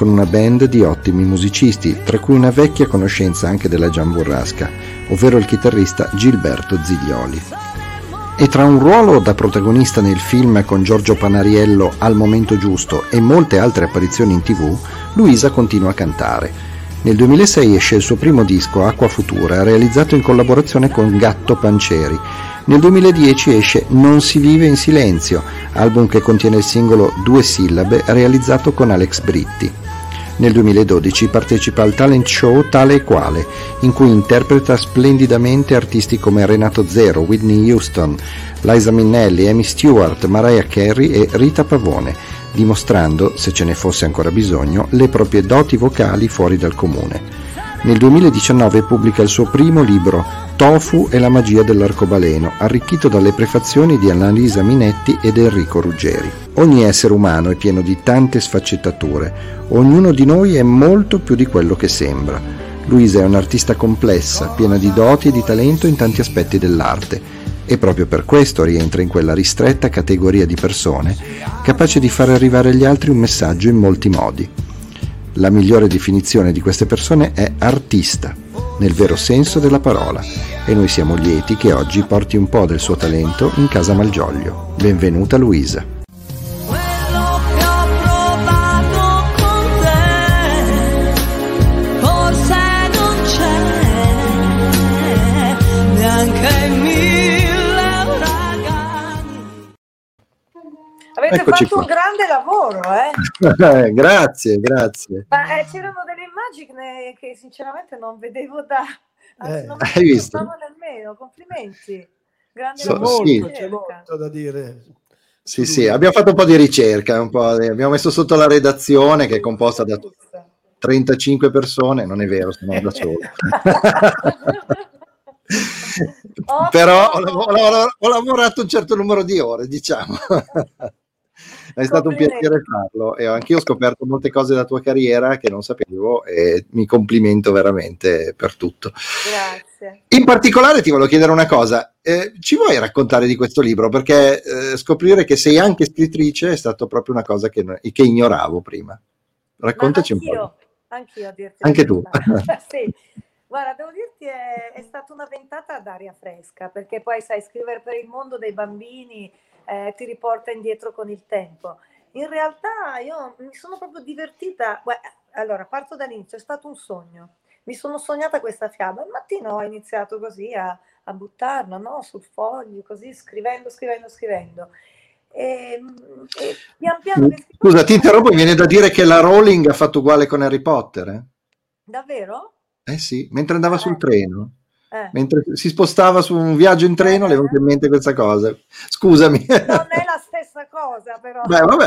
con una band di ottimi musicisti, tra cui una vecchia conoscenza anche della Gian Burrasca, ovvero il chitarrista Gilberto Ziglioli. E tra un ruolo da protagonista nel film con Giorgio Panariello Al momento giusto e molte altre apparizioni in TV, Luisa continua a cantare. Nel 2006 esce il suo primo disco, Acqua Futura, realizzato in collaborazione con Gatto Pancieri. Nel 2010 esce Non si vive in silenzio, album che contiene il singolo Due sillabe, realizzato con Alex Britti. Nel 2012 partecipa al talent show Tale e Quale, in cui interpreta splendidamente artisti come Renato Zero, Whitney Houston, Liza Minnelli, Amy Stewart, Mariah Carey e Rita Pavone, dimostrando, se ce ne fosse ancora bisogno, le proprie doti vocali fuori dal comune. Nel 2019 pubblica il suo primo libro, Tofu e la magia dell'arcobaleno, arricchito dalle prefazioni di Annalisa Minetti ed Enrico Ruggeri. Ogni essere umano è pieno di tante sfaccettature, ognuno di noi è molto più di quello che sembra. Luisa è un'artista complessa, piena di doti e di talento in tanti aspetti dell'arte, e proprio per questo rientra in quella ristretta categoria di persone capace di far arrivare agli altri un messaggio in molti modi. La migliore definizione di queste persone è artista, nel vero senso della parola, e noi siamo lieti che oggi porti un po' del suo talento in casa Malgioglio. Benvenuta Luisa. Quello che ho provato con te, forse non c'è neanche in 1000 uragani. Avete Eccoci fatto qua. un grande lavoro, eh? Grazie, grazie. Ma c'erano delle immagini che sinceramente non vedevo anzi, non mi Hai visto? ricordavo nemmeno. Complimenti. Grande So- lavoro. sì. C'è molto da dire. Sì, sì, abbiamo fatto un po' di ricerca, abbiamo messo sotto la redazione che è composta da 35 persone, non è vero, sono da solo. Però ho lavorato un certo numero di ore, diciamo. È stato un piacere farlo e anch'io ho scoperto molte cose della tua carriera che non sapevo e mi complimento veramente per tutto. Grazie. In particolare ti volevo chiedere una cosa, ci vuoi raccontare di questo libro? Perché scoprire che sei anche scrittrice è stato proprio una cosa che ignoravo prima. Raccontaci un po'. Anch'io a dirti Anche la tu. verità. Sì. Guarda, devo dirti è stata una ventata d'aria fresca, perché poi sai, scrivere per il mondo dei bambini ti riporta indietro con il tempo. In realtà io mi sono proprio divertita. Allora, parto dall'inizio, è stato un sogno. Mi sono sognata questa fiaba. Al mattino ho iniziato così a buttarla, no? Sul foglio, così scrivendo. E pian piano Scusa, ti interrompo, mi viene da dire che la Rowling ha fatto uguale con Harry Potter, eh? Davvero? Eh sì, mentre andava sul treno. Eh. Mentre si spostava su un viaggio in treno, le è venuta in mente questa cosa. Scusami. Non è la stessa cosa, però. Beh, vabbè.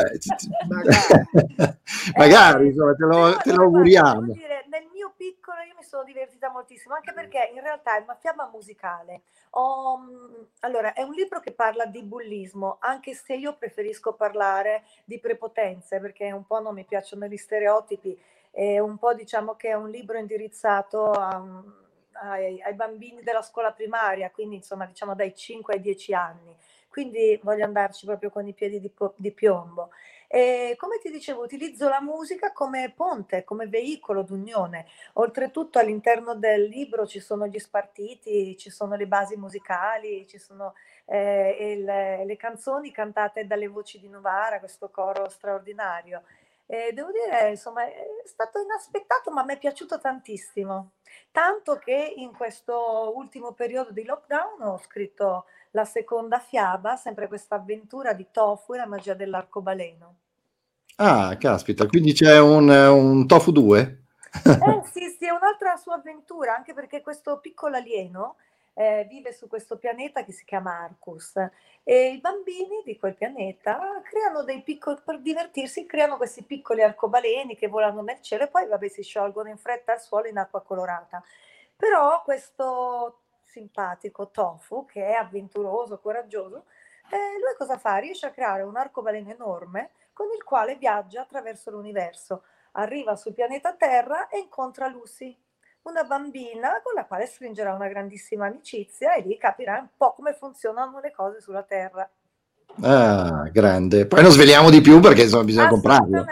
Magari, insomma, te lo auguriamo. Devo dire, nel mio piccolo io mi sono divertita moltissimo, anche perché in realtà è una fiaba musicale. Allora, è un libro che parla di bullismo, anche se io preferisco parlare di prepotenze, perché un po' non mi piacciono gli stereotipi, e un po' diciamo che è un libro indirizzato ai bambini della scuola primaria, quindi insomma diciamo dai 5 ai 10 anni, quindi voglio andarci proprio con i piedi di piombo. E come ti dicevo, utilizzo la musica come ponte, come veicolo d'unione. Oltretutto all'interno del libro ci sono gli spartiti, ci sono le basi musicali, ci sono le canzoni cantate dalle voci di Novara, questo coro straordinario. Devo dire, insomma, è stato inaspettato, ma mi è piaciuto tantissimo. Tanto che in questo ultimo periodo di lockdown ho scritto la seconda fiaba, sempre questa avventura di Tofu e la magia dell'arcobaleno. Ah, caspita, quindi c'è un Tofu 2? Sì, è un'altra sua avventura, anche perché questo piccolo alieno vive su questo pianeta che si chiama Arcus e i bambini di quel pianeta creano dei piccoli, per divertirsi, creano questi piccoli arcobaleni che volano nel cielo e poi vabbè si sciolgono in fretta al suolo in acqua colorata. Però questo simpatico Tofu, che è avventuroso, coraggioso, lui cosa fa? Riesce a creare un arcobaleno enorme con il quale viaggia attraverso l'universo, arriva sul pianeta Terra e incontra Lucy, una bambina con la quale stringerà una grandissima amicizia e lì capirà un po' come funzionano le cose sulla Terra. Ah, grande. Poi non sveliamo di più perché insomma bisogna comprarlo.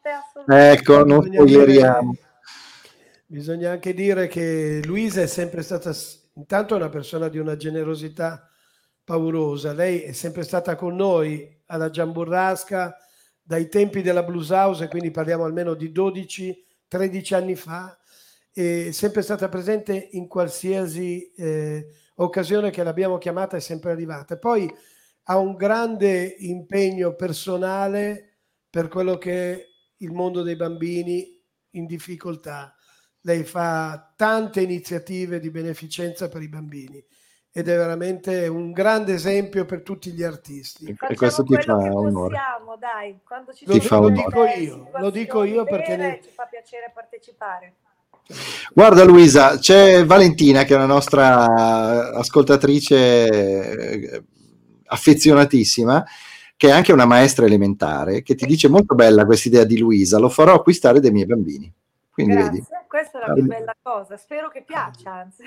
assolutamente. Ecco, non spoileriamo. Bisogna anche dire che Luisa è sempre stata intanto una persona di una generosità paurosa. Lei è sempre stata con noi alla Giamburrasca dai tempi della Blues House, quindi parliamo almeno di 12-13 anni fa, è sempre stata presente in qualsiasi occasione che l'abbiamo chiamata, è sempre arrivata. Poi ha un grande impegno personale per quello che è il mondo dei bambini in difficoltà. Lei fa tante iniziative di beneficenza per i bambini ed è veramente un grande esempio per tutti gli artisti. E questo ti fa onore. Possiamo, dai, quando ci Ti sono fa lo dico io perché ci fa piacere partecipare. Guarda Luisa, c'è Valentina che è una nostra ascoltatrice affezionatissima, che è anche una maestra elementare, che ti dice molto bella questa idea di Luisa, lo farò acquistare dai miei bambini. Quindi Grazie, vedi. questa è la più bella cosa, spero che piaccia, anzi.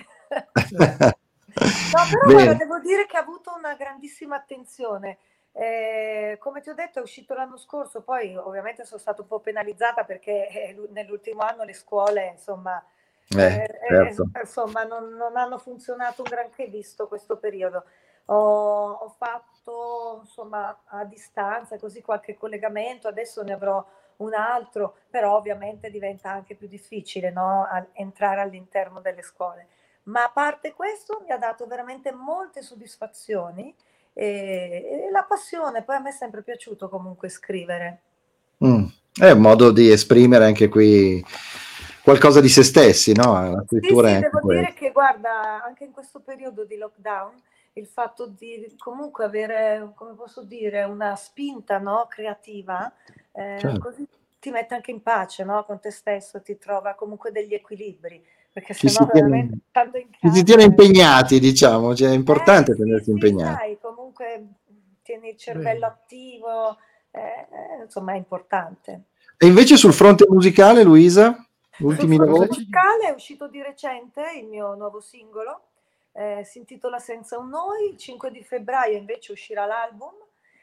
No, però guarda, devo dire che ha avuto una grandissima attenzione. Come ti ho detto, è uscito l'anno scorso, poi ovviamente sono stata un po' penalizzata perché nell'ultimo anno le scuole, insomma, certo. insomma non hanno funzionato un granché visto questo periodo. Ho fatto, insomma, a distanza così qualche collegamento, adesso ne avrò un altro, però ovviamente diventa anche più difficile, no? Entrare all'interno delle scuole. Ma a parte questo mi ha dato veramente molte soddisfazioni e la passione, poi a me è sempre piaciuto comunque scrivere. È un modo di esprimere anche qui qualcosa di se stessi, no? La scrittura Sì, è anche devo questo. dire che guarda, anche in questo periodo di lockdown, il fatto di comunque avere, come posso dire, una spinta, no, creativa, Certo. così ti mette anche in pace, no, con te stesso, ti trova comunque degli equilibri, perché sennò veramente tanto in casa... Ci si tiene impegnati, diciamo, cioè è importante tenersi impegnati. Sai, comunque tieni il cervello attivo, insomma è importante. E invece sul fronte musicale, Luisa, ultimi Sul lavori? musicale è uscito di recente il mio nuovo singolo, si intitola Senza un noi, il 5 di febbraio invece uscirà l'album.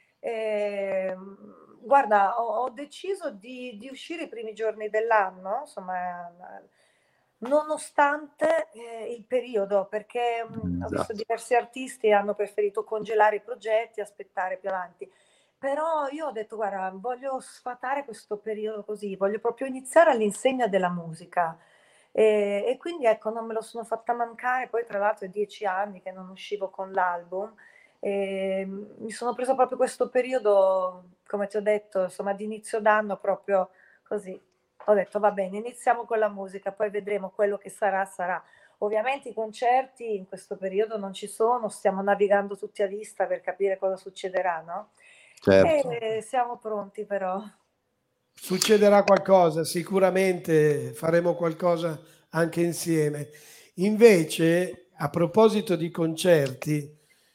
Guarda, ho deciso di uscire i primi giorni dell'anno, insomma, nonostante il periodo, perché ho visto diversi artisti hanno preferito congelare i progetti, aspettare più avanti. Però io ho detto, guarda, voglio sfatare questo periodo così, voglio proprio iniziare all'insegna della musica. E quindi ecco, non me lo sono fatta mancare, poi tra l'altro è 10 anni che non uscivo con l'album, e mi sono presa proprio questo periodo, come ti ho detto, insomma, di inizio d'anno proprio così. Ho detto, va bene, iniziamo con la musica, poi vedremo quello che sarà, sarà. Ovviamente i concerti in questo periodo non ci sono, stiamo navigando tutti a vista per capire cosa succederà, no? Certo. E siamo pronti però. Succederà qualcosa, sicuramente faremo qualcosa anche insieme. Invece, a proposito di concerti,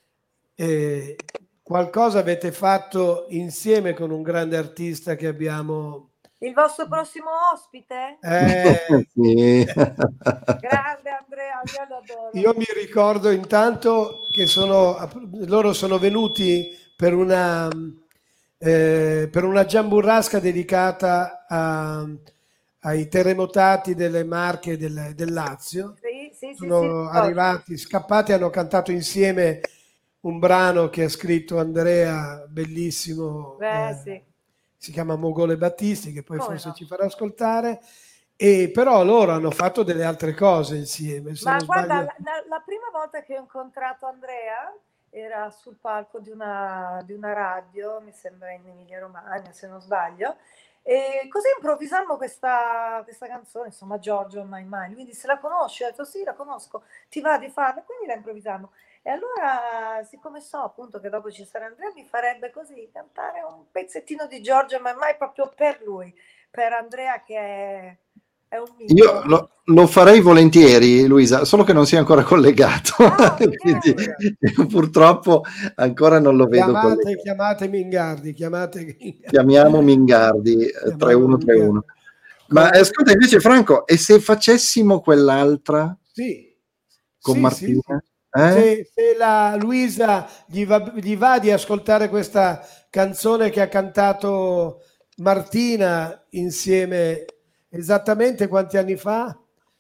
qualcosa avete fatto insieme con un grande artista che abbiamo... Il vostro prossimo ospite? Sì. Grande Andrea, io lo adoro. Io mi ricordo intanto che loro sono venuti per una giamburrasca dedicata ai terremotati delle Marche e del Lazio. Sì, Sono arrivati, scappati, hanno cantato insieme un brano che ha scritto Andrea, bellissimo. Sì. Si chiama Mogole Battisti, che poi forse ci farà ascoltare, e però loro hanno fatto delle altre cose insieme. Ma guarda, la prima volta che ho incontrato Andrea era sul palco di una radio, mi sembra in Emilia Romagna, se non sbaglio, e così improvvisammo questa canzone, insomma, Giorgio on My Mind. Lui disse, la conosci? Ho detto, sì, la conosco, ti va di farla? Quindi la improvvisammo. E allora, siccome so appunto che dopo ci sarà Andrea, mi farebbe così cantare un pezzettino di Giorgio on My Mind proprio per lui, per Andrea che è un mito. Io lo farei volentieri, Luisa, solo che non sia ancora collegato. Quindi, purtroppo ancora non lo vedo collegato. Chiamate Mingardi, Chiamiamo Mingardi 3131. Ma ascolta, invece Franco, e se facessimo quell'altra? Sì. Con Martina? Sì. Se la Luisa gli va di ascoltare questa canzone che ha cantato Martina insieme esattamente quanti anni fa?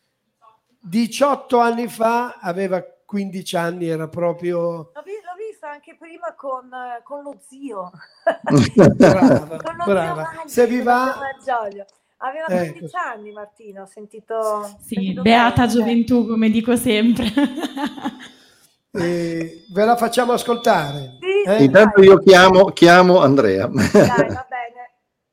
18 anni fa, aveva 15 anni, era proprio... L'ho vista anche prima con lo zio. Brava, Con lo brava. zio Maggi, Se vi va... con Malgioglio. Aveva 15 anni Martina, ho sentito... Sì, beata gioventù, come dico sempre. Ve la facciamo ascoltare. Sì, Intanto io chiamo Andrea. Dai, va bene.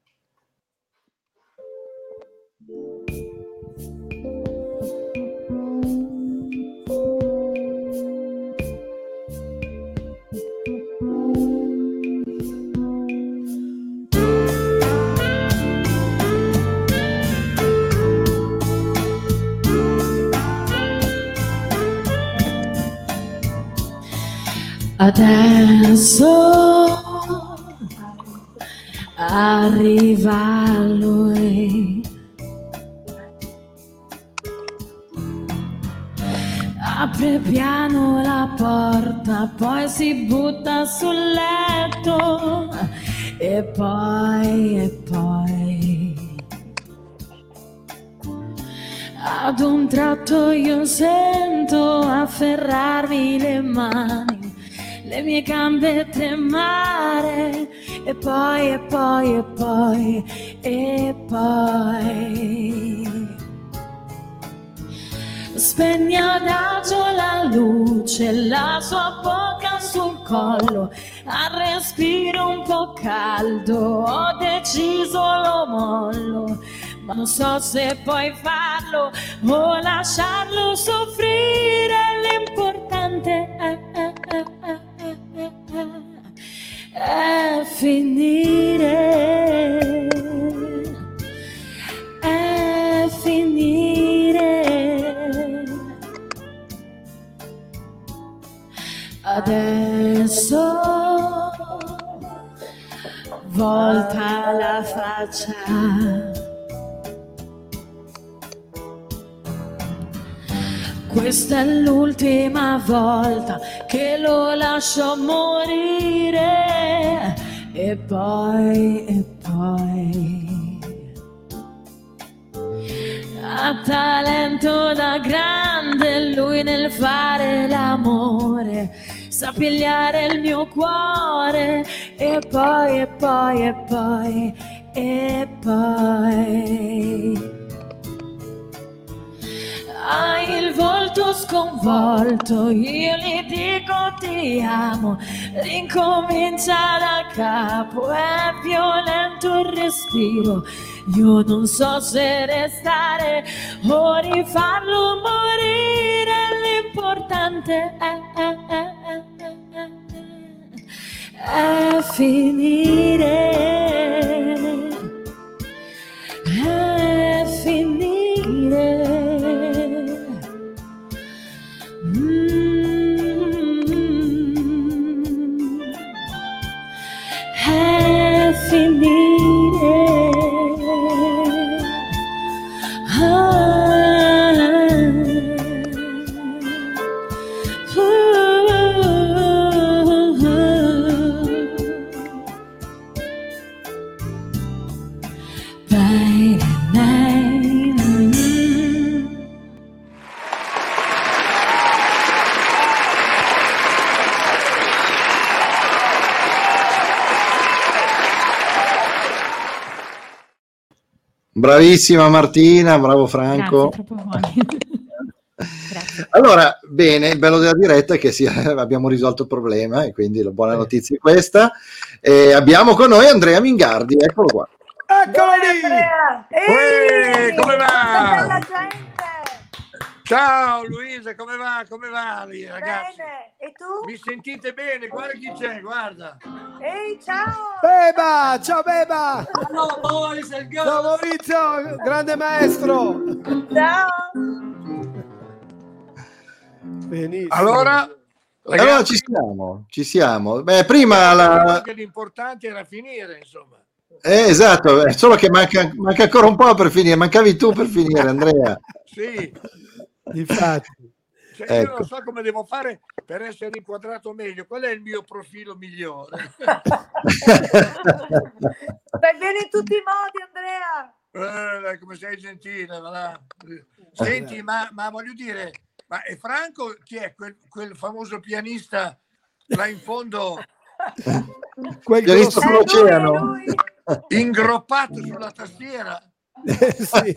Adesso arriva lui, apre piano la porta, poi si butta sul letto e poi ad un tratto io sento afferrarmi le mani, le mie gambe tremare e poi spegni adagio la luce, la sua bocca sul collo, al respiro un po' caldo, ho deciso lo mollo, ma non so se puoi farlo o lasciarlo soffrire, l'importante è finire, è finire. Adesso volta la faccia, questa è l'ultima volta che lo lascio morire e poi ha talento da grande lui nel fare l'amore, sa pigliare il mio cuore e poi hai il volto sconvolto, io gli dico ti amo, rincomincia da capo, è violento il respiro, io non so se restare o rifarlo morire, l'importante è finire, è finire. È finire. Bravissima Martina, bravo Franco. Grazie, troppo buoni. Grazie. Allora, bene, il bello della diretta è che abbiamo risolto il problema e quindi la buona notizia è questa. Abbiamo con noi Andrea Mingardi, eccolo qua. Eccolo lì! Ehi, come va? bella gente! Ciao Luisa, come va? Come va lì, ragazzi? Bene, e tu? Mi sentite bene? Guarda chi c'è, guarda. Ehi, ciao! Beba, ciao Beba! Hello boys and girls! Ciao Maurizio, grande maestro! Ciao! Benissimo. Allora, ragazzi, allora ci siamo. Beh, prima che l'importante era finire, insomma. Esatto, è solo che manca ancora un po' per finire, mancavi tu per finire, Andrea. Sì. Infatti. Cioè, Ecco. io non so come devo fare per essere inquadrato meglio. Qual è il mio profilo migliore? Stai bene in tutti i modi, Andrea. Come sei gentile, va là. Senti, ma voglio dire, ma è Franco chi è? Quel famoso pianista là in fondo, Quel pianista sull'oceano. ingroppato sulla tastiera. Sì.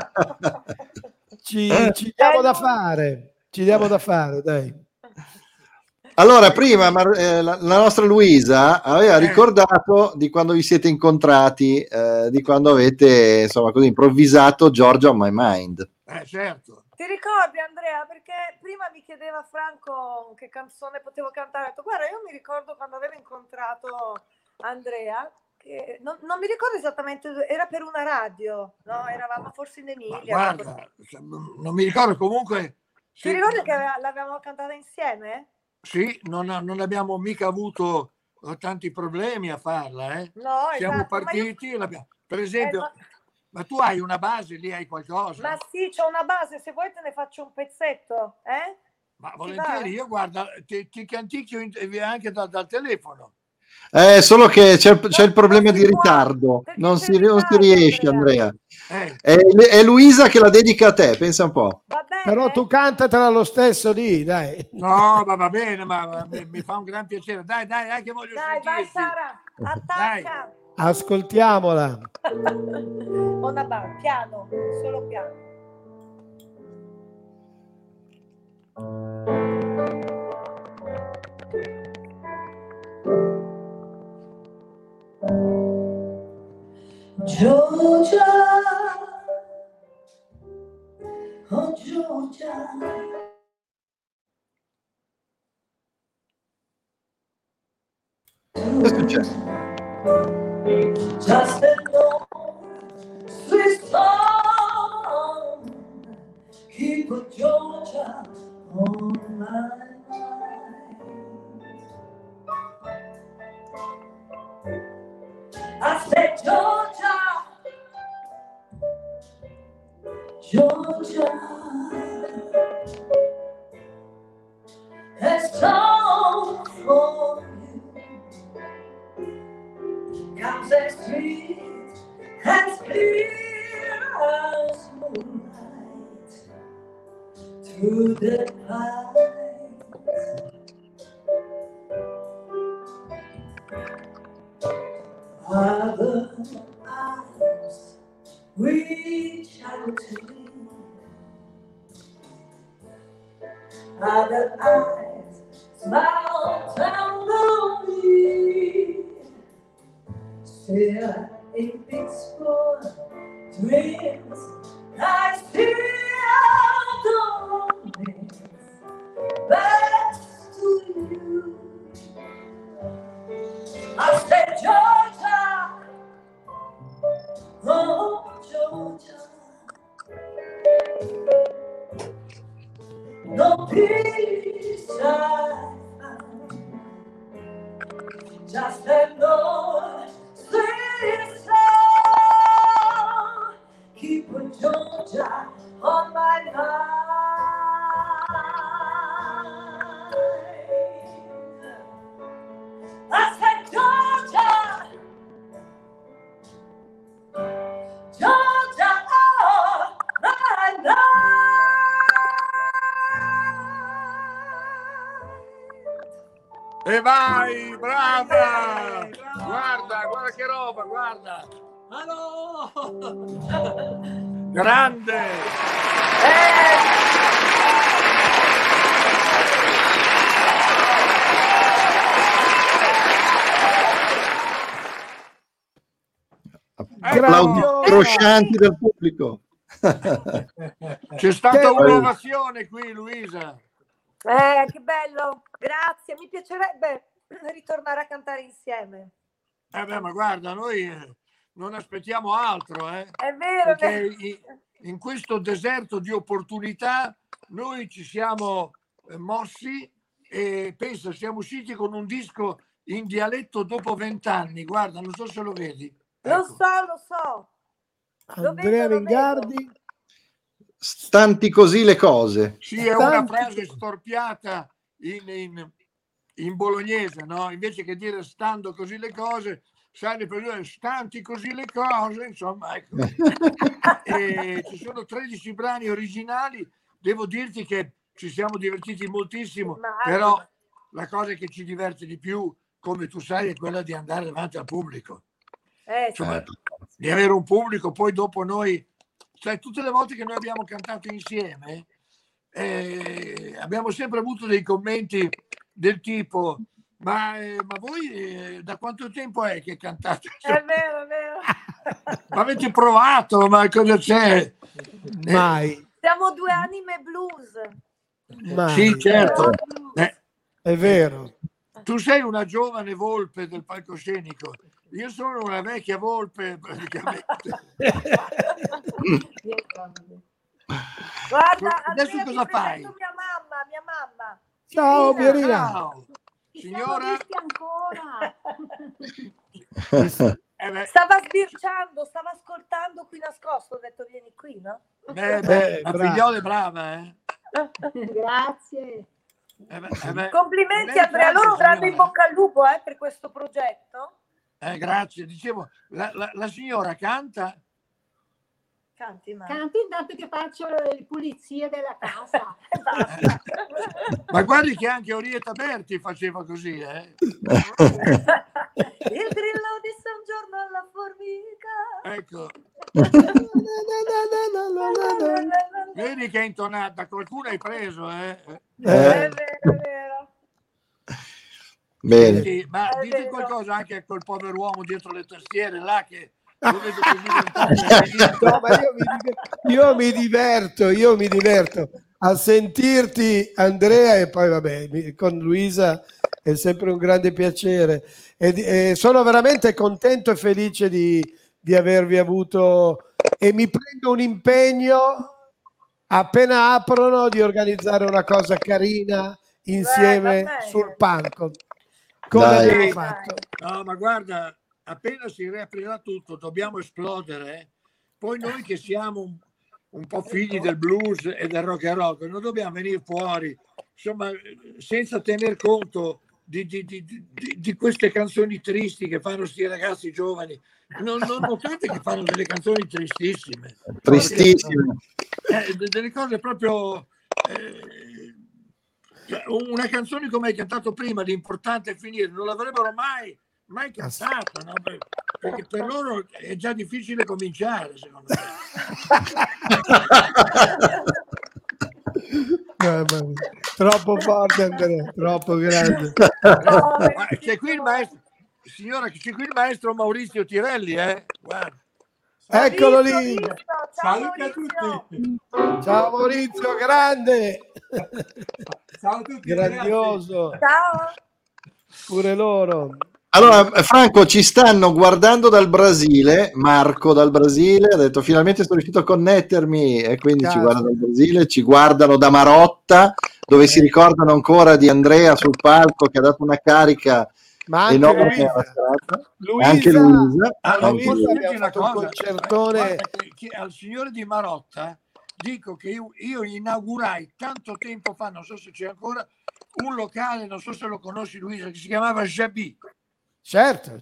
Ci diamo da fare. Ci diamo da fare, dai. Allora, prima la nostra Luisa aveva ricordato di quando vi siete incontrati, di quando avete, insomma, così improvvisato Georgia on My Mind. Certo. Ti ricordi, Andrea? Perché prima mi chiedeva Franco che canzone potevo cantare. Ho detto, guarda, io mi ricordo quando avevo incontrato Andrea, che non mi ricordo esattamente, era per una radio, no? Eravamo forse in Emilia. Guarda, non mi ricordo, comunque. Ti ricordi che l'avevamo cantata insieme? Sì, non abbiamo mica avuto tanti problemi a farla, eh? No, siamo esatto, partiti, per esempio, ma tu hai una base lì, hai qualcosa? Ma sì, c'ho una base, se vuoi te ne faccio un pezzetto, eh? Ma volentieri, io guarda, ti canticchio anche dal telefono. Solo che c'è il problema di ritardo, non si riesce, Andrea. È Luisa che la dedica a te, pensa un po'. Però tu cantatela lo stesso lì, dai. No, ma va bene, ma mi fa un gran piacere. Dai, che voglio sentirti. Vai Sara, attacca. Ascoltiamola. Una barra, piano, solo piano. Georgia, oh Georgia. Che è successo? Just a sweet song, keep a Georgia on my mind. I said, Georgia, Georgia, a song for you comes as sweet as clear as moonlight through the pines. Other eyes reach out to me. Other eyes smile tenderly. Still in peaceful dreams, I still don't miss back to you. I said, Georgia, oh Georgia, no peace I find, just an old sweet song, keep Georgia on my mind. I said, Georgia, Georgia, oh, my life. E vai, brava! Guarda che roba, guarda! Grande! Applausi croscianti del pubblico. C'è stata un'ovazione qui, Luisa. Che bello, grazie. Mi piacerebbe ritornare a cantare insieme. Ma guarda, noi non aspettiamo altro, È vero. perché in questo deserto di opportunità noi ci siamo mossi e pensa, siamo usciti con un disco in dialetto dopo 20 anni. Guarda, non so se lo vedi. Lo so. Andrea Mingardi, stanti così le cose. Sì, è una frase storpiata in bolognese, no? Invece che dire stando così le cose, sai le persone stanti così le cose, insomma, ecco. E ci sono 13 brani originali, devo dirti che ci siamo divertiti moltissimo, però la cosa che ci diverte di più, come tu sai, è quella di andare davanti al pubblico. Cioè, di avere un pubblico, poi dopo noi, cioè tutte le volte che noi abbiamo cantato insieme, abbiamo sempre avuto dei commenti del tipo ma voi da quanto tempo è che cantate? È vero, è vero. Ma avete provato? Ma cosa c'è? Mai. Siamo due anime blues. Mai. Sì, certo. È vero. Tu sei una giovane volpe del palcoscenico, io sono una vecchia volpe praticamente. Guarda, adesso Andrea, cosa fai? Mia mamma. Ciao, Pierina. Ciao. Signora? Stava sbirciando, stava ascoltando qui nascosto, ho detto vieni qui, no? La figliola è brava, Grazie. Complimenti Andrea, loro un grande in bocca al lupo per questo progetto. Grazie, dicevo, la signora canta? Canti intanto che faccio le pulizie della casa. Ma guardi che anche Orietta Berti faceva così, Il grillo disse un giorno alla formica. Ecco. Vedi che è intonata, qualcuno hai preso, È vero. Bene. Senti, ma dite qualcosa anche a quel povero uomo dietro le tastiere là che No, ma io mi diverto a sentirti, Andrea, e poi vabbè, con Luisa è sempre un grande piacere e sono veramente contento e felice di avervi avuto, e mi prendo un impegno appena aprono di organizzare una cosa carina insieme sul palco, come abbiamo fatto. No, ma guarda, appena si riaprirà tutto dobbiamo esplodere, poi noi che siamo un po' figli del blues e del rock and roll non dobbiamo venire fuori, insomma, senza tener conto di queste canzoni tristi che fanno sti ragazzi giovani. Non notate che fanno delle canzoni tristissime, delle cose proprio una canzone come hai cantato prima, l'importante è finire, non l'avrebbero mai cantato, no? Perché per loro è già difficile cominciare, secondo me. Troppo forte, Andrea, troppo grande. C'è qui il maestro, signora, c'è qui il maestro Maurizio Tirelli, guarda. Eccolo lì. Saluti a tutti. Ciao Maurizio, grande. Ciao a tutti. Grandioso. Ciao. Pure loro. Allora, Franco, ci stanno guardando dal Brasile, Marco dal Brasile, ha detto finalmente sono riuscito a connettermi, e quindi ci guardano dal Brasile, ci guardano da Marotta, dove si ricordano ancora di Andrea sul palco che ha dato una carica enorme alla serata. Anche Luisa. Abbiamo fatto un concertone. Al signore di Marotta dico che io inaugurai tanto tempo fa, non so se c'è ancora, un locale, non so se lo conosci Luisa, che si chiamava Jabi. Certo.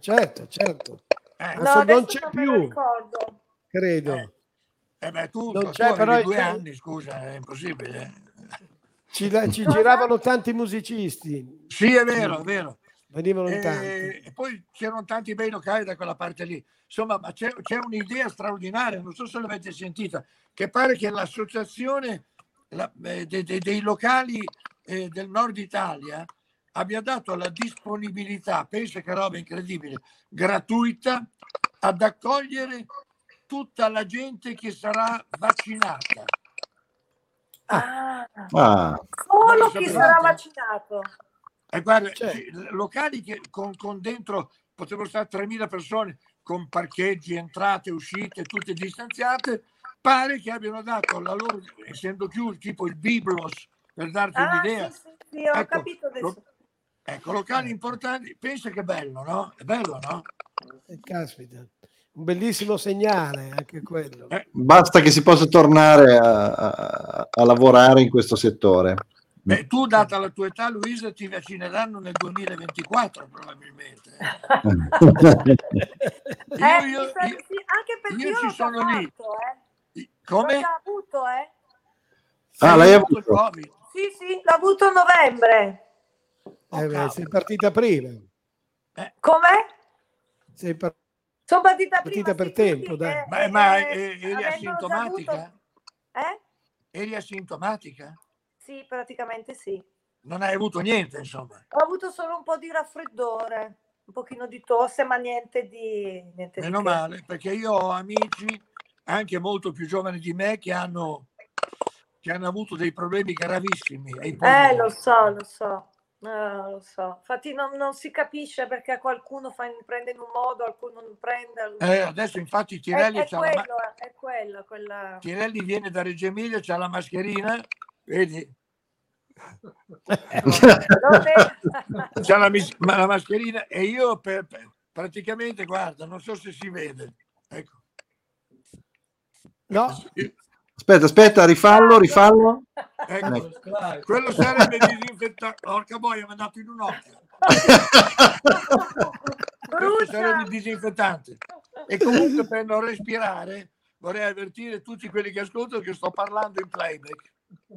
Non c'è più, credo. Tu non c'è, però 2 anni, scusa, è impossibile. Ci giravano tanti musicisti. Sì, è vero. Venivano in tanti. E poi c'erano tanti bei locali da quella parte lì. Insomma, ma c'è un'idea straordinaria, non so se l'avete sentita, che pare che l'associazione dei locali del nord Italia abbia dato la disponibilità, pensa che roba incredibile, gratuita, ad accogliere tutta la gente che sarà vaccinata. Solo chi sarà vaccinato. Guarda, locali che con dentro potrebbero stare 3.000 persone, con parcheggi, entrate, uscite, tutte distanziate, pare che abbiano dato la loro, essendo chiusi, tipo il Biblos, per darti un'idea. Sì, ho capito adesso. Ecco, locali importanti, pensa che è bello, no? È bello, no? Caspita. Un bellissimo segnale anche quello. Basta che si possa tornare a lavorare in questo settore. Beh, tu, data la tua età, Luisa, ti vaccineranno nel 2024 probabilmente. Anche perché io ci sono lì. Come? L'ho già avuto, l'hai avuto? Il Covid? Sì, l'ho avuto a novembre. Sei partita prima. Come? Sono partita per tempo, dai. Ma eri asintomatica? Eri asintomatica? Sì, praticamente sì. Non hai avuto niente, insomma. Ho avuto solo un po' di raffreddore, un pochino di tosse, ma niente di Meno male, perché io ho amici anche molto più giovani di me che hanno avuto dei problemi gravissimi. Lo so. Lo so. Infatti non si capisce perché qualcuno prende in un modo, qualcuno non prende. Adesso infatti Tirelli è quello. Tirelli viene da Reggio Emilia, c'ha la mascherina, vedi? C'ha la mascherina e io praticamente, guarda, non so se si vede. Ecco. No. Aspetta, rifallo. Ecco. Quello sarebbe disinfettante. Porca boia, mi è andato in un occhio. Questo sarebbe disinfettante. E comunque, per non respirare, vorrei avvertire tutti quelli che ascoltano che sto parlando in playback.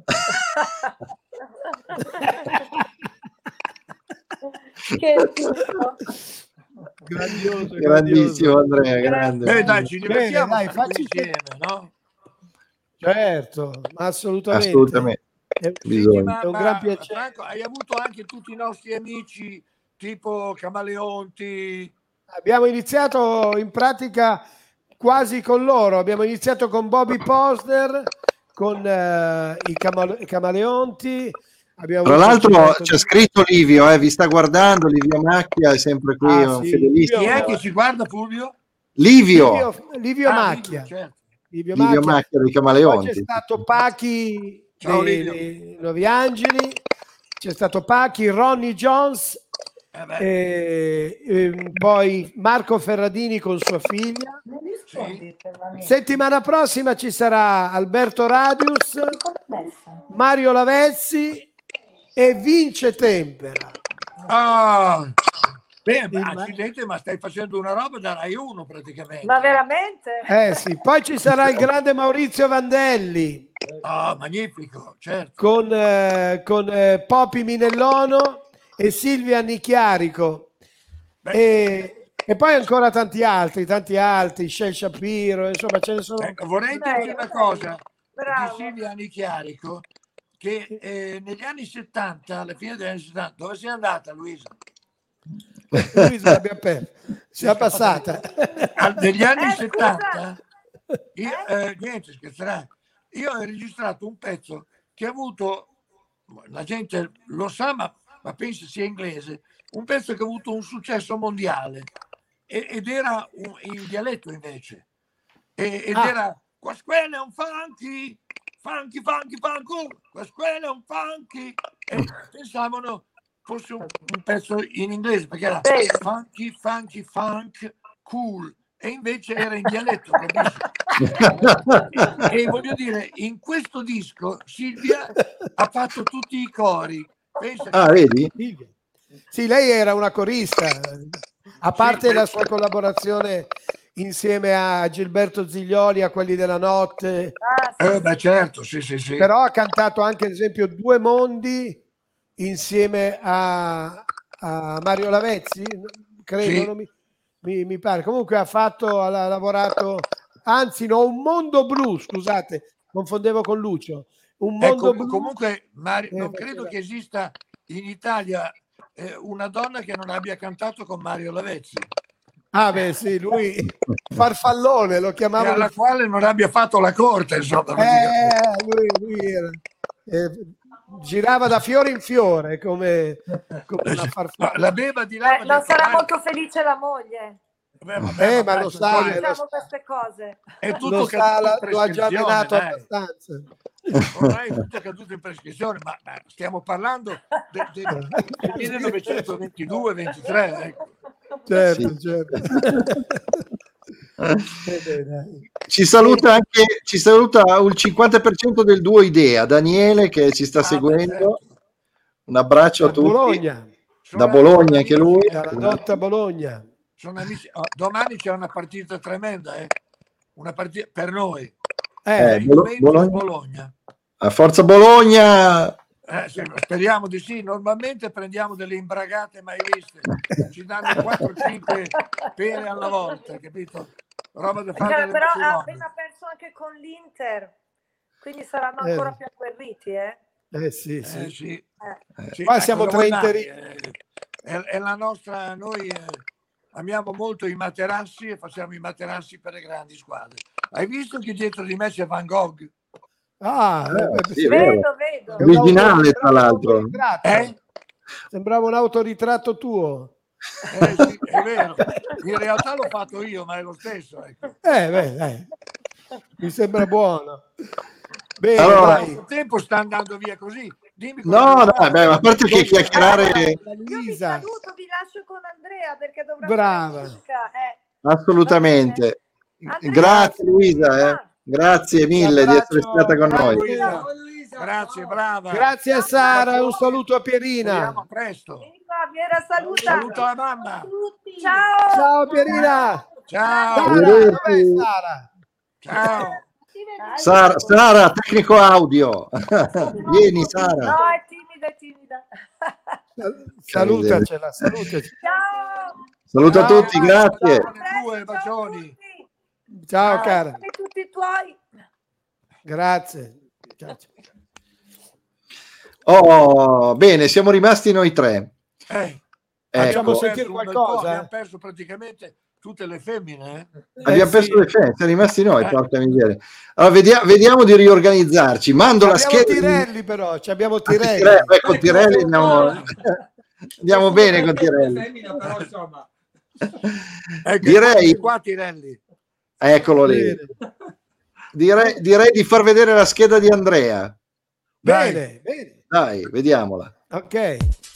Grandissimo Andrea, grande. Dai, ci divertiamo insieme, no? Certo, assolutamente. È un gran piacere. Franco, hai avuto anche tutti i nostri amici tipo Camaleonti? Abbiamo iniziato in pratica quasi con loro. Abbiamo iniziato con Bobby Posner, con i Camaleonti. Tra l'altro c'è scritto Livio, vi sta guardando, Livio Macchia è sempre qui, un fedelissimo. Chi è che ci guarda, Fulvio? Livio Macchia. Certo. Livio Macchia dei Camaleonti. Poi c'è stato Pachi dei Nuovi Angeli, c'è stato Pachi, Ronnie Jones, poi Marco Ferradini con sua figlia. Settimana prossima ci sarà Alberto Radius, Mario Lavezzi e Vince Tempera. Accidente, ma stai facendo una roba da Rai 1 praticamente. Ma veramente? Sì. Poi ci sarà il grande Maurizio Vandelli. Magnifico, certo. Con Popi Minellono e Silvia Nicchiarico. E poi ancora tanti altri, Shel Shapiro, insomma ce ne sono. Vorrei dirti una cosa di Silvia Nicchiarico, che negli anni 70, alla fine degli anni 70, dove sei andata, Luisa? Luisa l'abbiamo persa, sia passata. Negli anni 70 niente, scherzerà, io ho registrato un pezzo che ha avuto, la gente lo sa ma penso sia inglese, un pezzo che ha avuto un successo mondiale ed era in dialetto invece era Quasquele è un funky Quasquele è un funky, e pensavano fosse un pezzo in inglese perché era funky funk cool, e invece era in dialetto, capisci? E voglio dire, in questo disco Silvia ha fatto tutti i cori. Vedi? Sì, lei era una corista, a parte la sua collaborazione insieme a Gilberto Ziglioli, a Quelli della Notte. Certo, sì. Però ha cantato anche, ad esempio, Due Mondi insieme a Mario Lavezzi, credo, mi pare. Comunque ha lavorato, anzi no, Un Mondo Blu, scusate, confondevo con Lucio. Un Mondo Blu. Comunque non credo che esista in Italia una donna che non abbia cantato con Mario Lavezzi. Sì, lui Farfallone lo chiamavano, alla quale non abbia fatto la corte, insomma. Lui era, girava da fiore in fiore come una farfalla. La beva di là. Non sarà molto felice la moglie. Ma lo sa, diciamo queste cose. È tutto lo ha già menato abbastanza. Ormai è tutto caduto in prescrizione, ma stiamo parlando del 1922-23, ecco. Certo. Ci saluta il 50% del duo Idea, Daniele, che ci sta seguendo. Un abbraccio a tutti. Bologna. Da Bologna anche lui. Dalla Dotta Bologna. Sono amici. Domani c'è una partita tremenda, una partita per noi. Bologna. A forza Bologna. Speriamo di sì. Normalmente prendiamo delle imbragate mai viste, ci danno 4-5 pere alla volta, capito? Roba da fare. Però ha appena perso anche con l'Inter, quindi saranno ancora più agguerriti, sì. Qua siamo tra interi. È la nostra, noi amiamo molto i materassi e facciamo i materassi per le grandi squadre. Hai visto che dietro di me c'è Van Gogh? Sì, vedo. Originale, tra l'altro. Sembrava un autoritratto tuo. Sì, è vero. In realtà l'ho fatto io, ma è lo stesso. Ecco. Mi sembra buono. Bene, allora, il tempo sta andando via così. Dimmi ma a parte che chiacchierare. Io vi saluto, vi lascio con Andrea perché dovrà. Brava. Assolutamente. Grazie Luisa. Grazie mille di essere stata con noi. Grazie, brava. Grazie a Sara, un saluto a Pierina. Vediamo presto. Piera, saluta la mamma. Ciao Pierina. Ciao. Dov'è Sara? Ciao. Sara, tecnico audio. Vieni Sara. No, è timida. Salutacela. Ciao. Saluta a tutti, grazie. Bacioni. Ciao cara. E tutti i tuoi. Grazie. Bene, siamo rimasti noi tre. Facciamo sentire qualcosa. Abbiamo perso praticamente tutte le femmine. Abbiamo perso le femmine, siamo rimasti noi, porca miseria. Allora vediamo di riorganizzarci. Mando la scheda. Tirelli però, abbiamo Tirelli. Con Tirelli andiamo bene con Tirelli. Direi qua Tirelli. Eccolo lì. Direi di far vedere la scheda di Andrea. Bene. Dai, vediamola. Ok.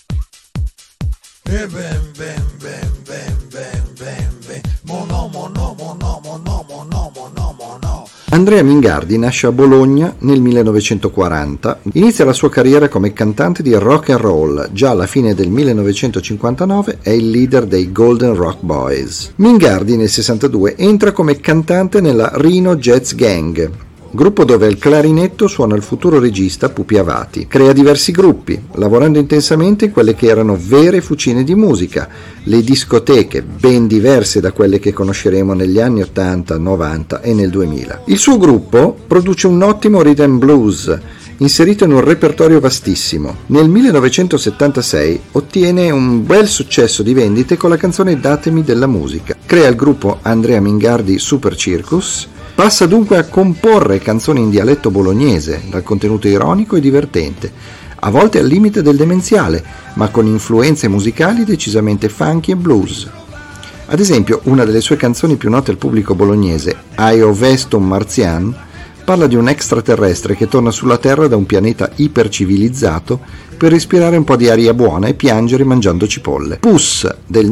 Andrea Mingardi nasce a Bologna nel 1940, inizia la sua carriera come cantante di rock and roll, già alla fine del 1959 è il leader dei Golden Rock Boys. Mingardi nel 62 entra come cantante nella Rino Jazz Gang, gruppo dove al clarinetto suona il futuro regista Pupi Avati. Crea diversi gruppi, lavorando intensamente in quelle che erano vere fucine di musica, le discoteche, ben diverse da quelle che conosceremo negli anni 80, 90 e nel 2000. Il suo gruppo produce un ottimo rhythm blues, inserito in un repertorio vastissimo. Nel 1976 ottiene un bel successo di vendite con la canzone Datemi della musica. Crea il gruppo Andrea Mingardi Super Circus. Passa dunque a comporre canzoni in dialetto bolognese, dal contenuto ironico e divertente, a volte al limite del demenziale, ma con influenze musicali decisamente funky e blues. Ad esempio, una delle sue canzoni più note al pubblico bolognese, Io vesto un marzian, parla di un extraterrestre che torna sulla Terra da un pianeta ipercivilizzato per respirare un po' di aria buona e piangere mangiando cipolle. Puss del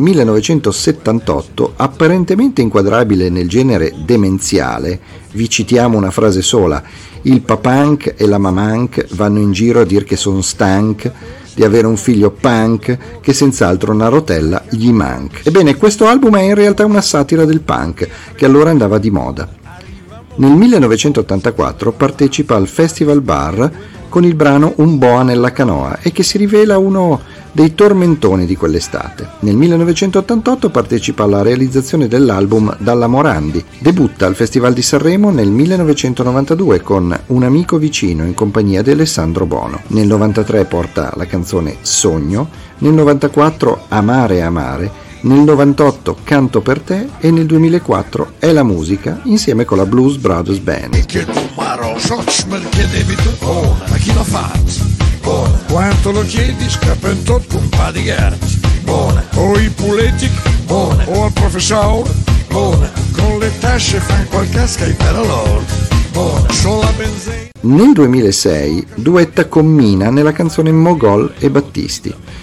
1978, apparentemente inquadrabile nel genere demenziale, vi citiamo una frase sola: il papank e la mamank vanno in giro a dire che sono stank di avere un figlio punk che senz'altro una rotella gli manca. Ebbene, questo album è in realtà una satira del punk che allora andava di moda. Nel 1984 partecipa al Festival Bar con il brano Un boa nella canoa e che si rivela uno dei tormentoni di quell'estate. Nel 1988 partecipa alla realizzazione dell'album Dalla Morandi. Debutta al Festival di Sanremo nel 1992 con Un amico vicino in compagnia di Alessandro Bono. Nel 93 porta la canzone Sogno, nel 94 Amare Amare, nel 98 Canto per te e nel 2004 È la musica insieme con la Blues Brothers Band. Che numero mi chiedevi tu, ma chi lo fa? Quanto lo chiedi scappa in tot con un po' di gatti. O i puletic, o al professor, con le tasche fan qualche per loro. Sola benzina. Nel 2006 duetta con Mina nella canzone Mogol e Battisti.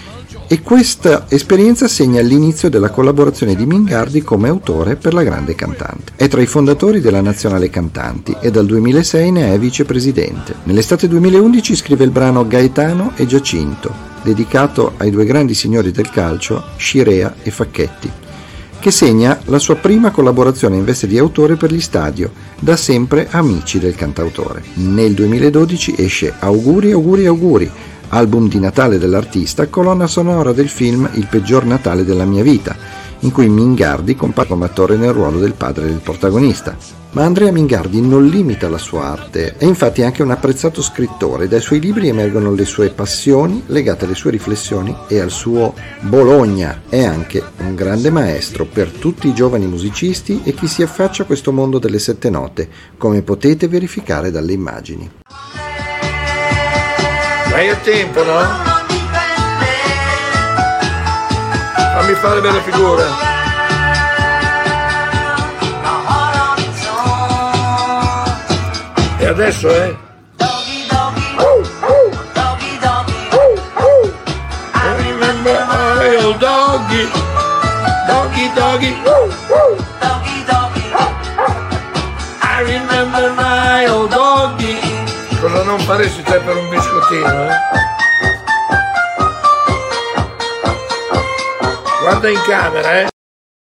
E questa esperienza segna l'inizio della collaborazione di Mingardi come autore per la grande cantante. È tra i fondatori della Nazionale Cantanti e dal 2006 ne è vicepresidente. Nell'estate 2011 scrive il brano Gaetano e Giacinto, dedicato ai due grandi signori del calcio, Scirea e Facchetti, che segna la sua prima collaborazione in veste di autore per gli Stadio, da sempre amici del cantautore. Nel 2012 esce Auguri, auguri, auguri, album di Natale dell'artista, colonna sonora del film Il peggior Natale della mia vita, in cui Mingardi compare come attore nel ruolo del padre del protagonista. Ma Andrea Mingardi non limita la sua arte, è infatti anche un apprezzato scrittore. Dai suoi libri emergono le sue passioni legate alle sue riflessioni e al suo Bologna. È anche un grande maestro per tutti i giovani musicisti e chi si affaccia a questo mondo delle sette note, come potete verificare dalle immagini. Hai il tempo, no? Fammi fare belle figure. E adesso I remember my old doggy, doggy, doggy. I remember my old doggy. Cosa non faresti te per un biscottino, eh? Guarda in camera, eh?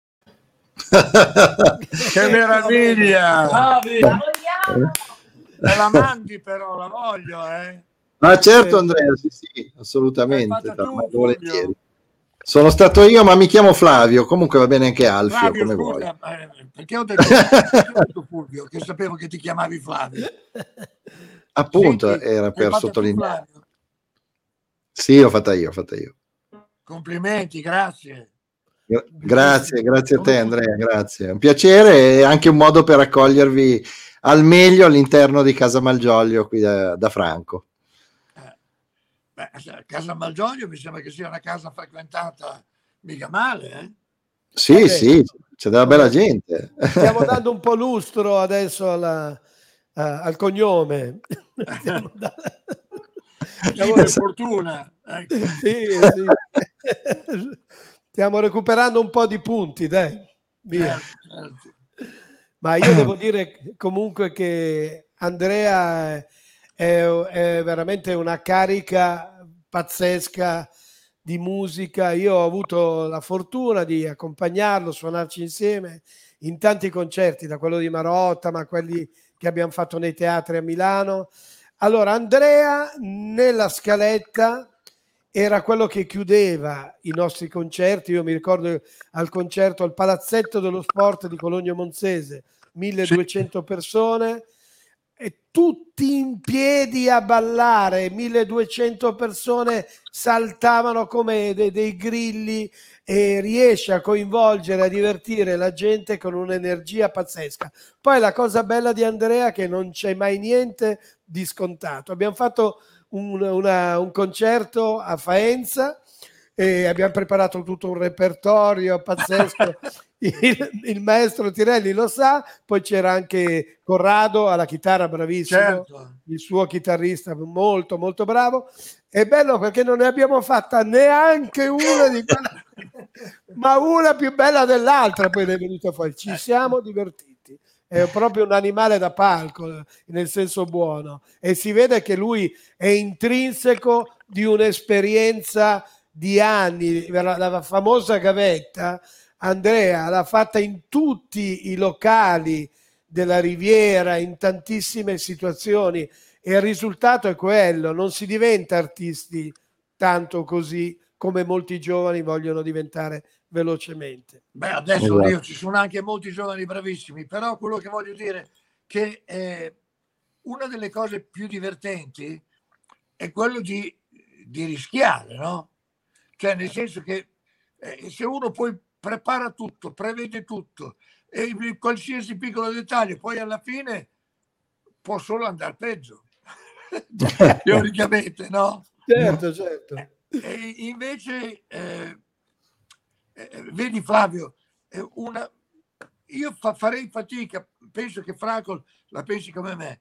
Che meraviglia! Me la mandi però, la voglio, eh? Ma certo Andrea, sì, assolutamente. Volentieri. Sono stato io, ma mi chiamo Flavio, comunque va bene anche Alfio, Flavio, come scusa, vuoi. Perché ho detto Fulvio, che sapevo che ti chiamavi Flavio. Appunto, Senti, era per fatto sottolineare. tu, Flavio? Sì, l'ho fatta io. Complimenti, grazie. Grazie a te Andrea, grazie. È un piacere e anche un modo per accogliervi al meglio all'interno di Casa Malgioglio qui da Franco. Casa Malgioglio mi sembra che sia una casa frequentata mica male, eh? Sì, sì, c'è della bella gente. Stiamo dando un po' lustro adesso al cognome. Stiamo fortuna. Ecco. Sì. Stiamo recuperando un po' di punti, dai. Via. Certo. Ma io devo dire comunque che Andrea è veramente una carica pazzesca di musica. Io ho avuto la fortuna di accompagnarlo, suonarci insieme in tanti concerti, da quello di Marotta, ma quelli che abbiamo fatto nei teatri a Milano. Allora, Andrea nella scaletta era quello che chiudeva i nostri concerti. Io mi ricordo al concerto al Palazzetto dello Sport di Cologno Monzese, 1200 persone, e tutti in piedi a ballare, 1200 persone saltavano come dei grilli, e riesce a coinvolgere, a divertire la gente con un'energia pazzesca. Poi la cosa bella di Andrea è che non c'è mai niente di scontato. Abbiamo fatto un concerto a Faenza e abbiamo preparato tutto un repertorio pazzesco. Il maestro Tirelli lo sa, poi c'era anche Corrado alla chitarra, bravissimo, certo. Il suo chitarrista molto molto bravo. È bello perché non ne abbiamo fatta neanche una di quelle, ma una più bella dell'altra poi ne è venuta fuori. Ci siamo divertiti. È proprio un animale da palco, nel senso buono, e si vede che lui è intrinseco di un'esperienza di anni. La famosa gavetta Andrea l'ha fatta in tutti i locali della Riviera, in tantissime situazioni, e il risultato è quello. Non si diventa artisti tanto così come molti giovani vogliono diventare velocemente. Beh, adesso ci sono anche molti giovani bravissimi, però quello che voglio dire che una delle cose più divertenti è quello di rischiare, no? Cioè, nel senso che se uno poi prepara tutto, prevede tutto, e qualsiasi piccolo dettaglio, poi alla fine può solo andare peggio, teoricamente, no? Certo. E invece vedi Flavio, io farei fatica, penso che Franco la pensi come me,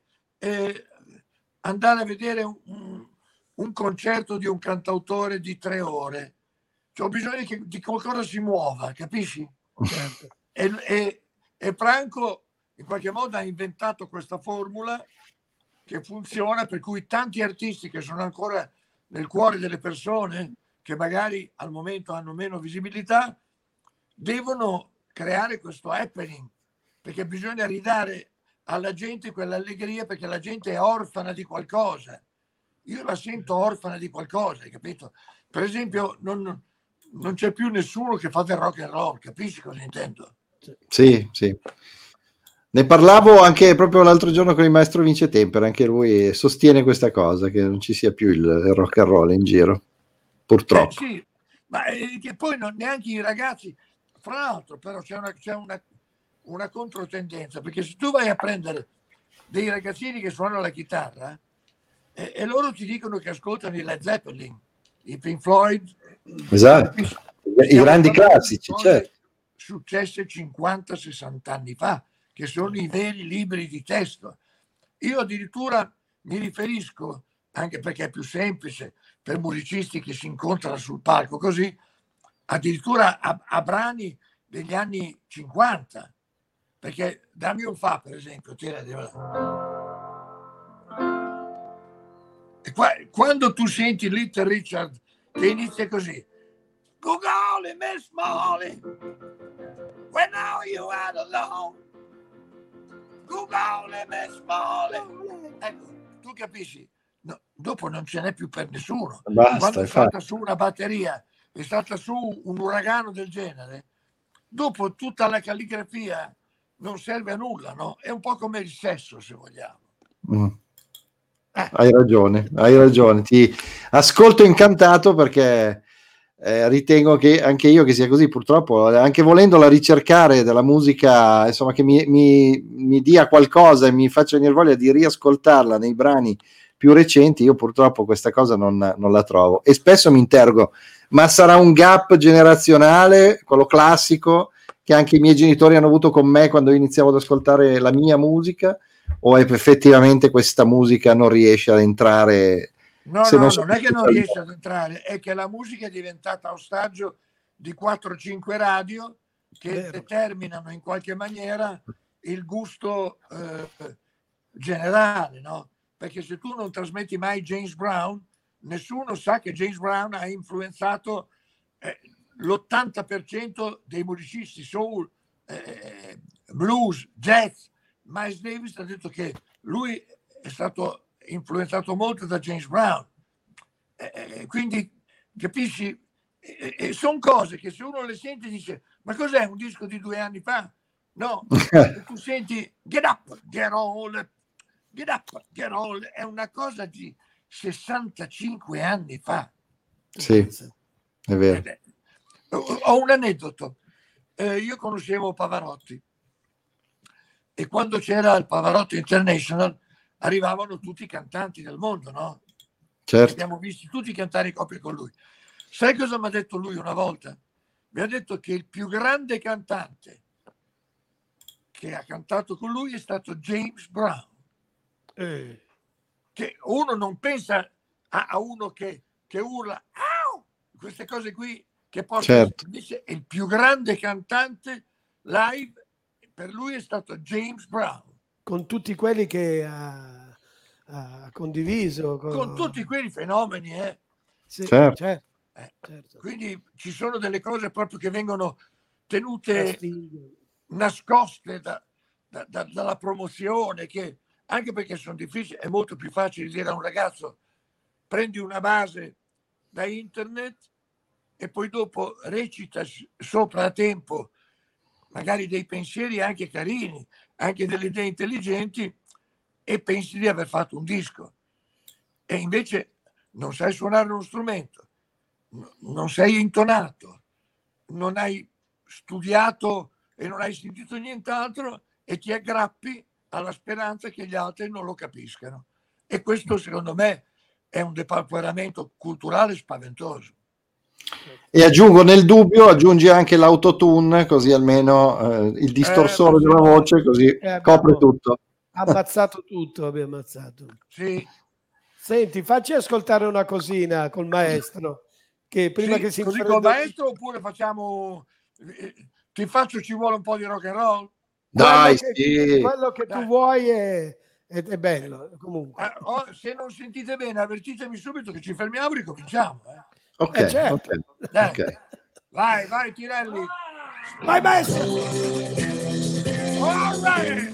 andare a vedere un concerto di un cantautore di 3 ore ho bisogno che di qualcosa si muova, capisci? Certo. E Franco in qualche modo ha inventato questa formula che funziona, per cui tanti artisti che sono ancora nel cuore delle persone, che magari al momento hanno meno visibilità, devono creare questo happening, perché bisogna ridare alla gente quell'allegria, perché la gente è orfana di qualcosa. Io la sento orfana di qualcosa, hai capito? Per esempio non c'è più nessuno che fa del rock and roll, capisci cosa intendo? Sì, sì. Ne parlavo anche proprio l'altro giorno con il maestro Vince Tempera, anche lui sostiene questa cosa, che non ci sia più il rock and roll in giro, purtroppo. Sì, ma che poi neanche i ragazzi, fra l'altro però c'è una controtendenza, perché se tu vai a prendere dei ragazzini che suonano la chitarra e loro ti dicono che ascoltano i Led Zeppelin, i Pink Floyd, esatto, i grandi classici, certo, successe 50-60 anni fa, che sono i veri libri di testo. Io addirittura mi riferisco, anche perché è più semplice per musicisti che si incontrano sul palco così, addirittura a brani degli anni 50, perché dammi un fa, per esempio, e quando tu senti Little Richard che inizia così, Go golly, Miss Molly, when now you are alone, Go golly, Miss Molly. Ecco, tu capisci? No, dopo non ce n'è più per nessuno. Basta, quando è stata su una batteria, è stata su un uragano del genere, dopo tutta la calligrafia non serve a nulla, no? È un po' come il sesso, se vogliamo. Hai ragione, ti ascolto incantato, perché ritengo che anche io che sia così, purtroppo, anche volendola ricercare della musica, insomma, che mi dia qualcosa e mi faccia venire voglia di riascoltarla nei brani più recenti, io purtroppo questa cosa non la trovo, e spesso mi interrogo, ma sarà un gap generazionale, quello classico che anche i miei genitori hanno avuto con me quando iniziavo ad ascoltare la mia musica, o effettivamente questa musica non riesce ad entrare? No, non è che non riesce ad entrare, è che la musica è diventata ostaggio di 4-5 radio che determinano in qualche maniera il gusto generale, no? Perché se tu non trasmetti mai James Brown, nessuno sa che James Brown ha influenzato l'80% dei musicisti soul, blues, jazz. Miles Davis ha detto che lui è stato influenzato molto da James Brown, quindi capisci, sono cose che se uno le sente dice, ma cos'è un disco di 2 anni fa? No, tu senti Get Up, Get On, Get Up, Get On, è una cosa di 65 anni fa. Sì, è vero. Ho un aneddoto, io conoscevo Pavarotti, e quando c'era il Pavarotti International arrivavano tutti i cantanti del mondo, no? Certo. Abbiamo visto tutti cantare coppie con lui. Sai cosa mi ha detto lui una volta? Mi ha detto che il più grande cantante che ha cantato con lui è stato James Brown. Che uno non pensa a uno che urla, Au! Queste cose qui, che porta, certo, invece è il più grande cantante live. Per lui è stato James Brown. Con tutti quelli che ha condiviso. Con tutti quei fenomeni. Sì, certo. Certo. Quindi ci sono delle cose proprio che vengono tenute nascoste dalla promozione, che anche perché sono difficili, è molto più facile dire a un ragazzo prendi una base da internet e poi dopo recita sopra a tempo magari dei pensieri anche carini, anche delle idee intelligenti, e pensi di aver fatto un disco. E invece non sai suonare uno strumento, non sei intonato, non hai studiato e non hai sentito nient'altro, e ti aggrappi alla speranza che gli altri non lo capiscano. E questo, secondo me, è un depauperamento culturale spaventoso. E aggiungo, nel dubbio, aggiungi anche l'autotune, così almeno il distorsore della voce, così copre tutto. Ammazzato tutto, abbiamo ammazzato. Sì. Senti, facci ascoltare una cosina col maestro. che prima Sì, che si così col infreddolisse. maestro, oppure facciamo ti faccio Ci vuole un po' di rock and roll? Dai, Quello che tu vuoi è bello comunque. Se non sentite bene, avvertitemi subito che ci fermiamo e ricominciamo. Ok, certo. Dai. ok. Vai Tirelli. Vai maestro. All right.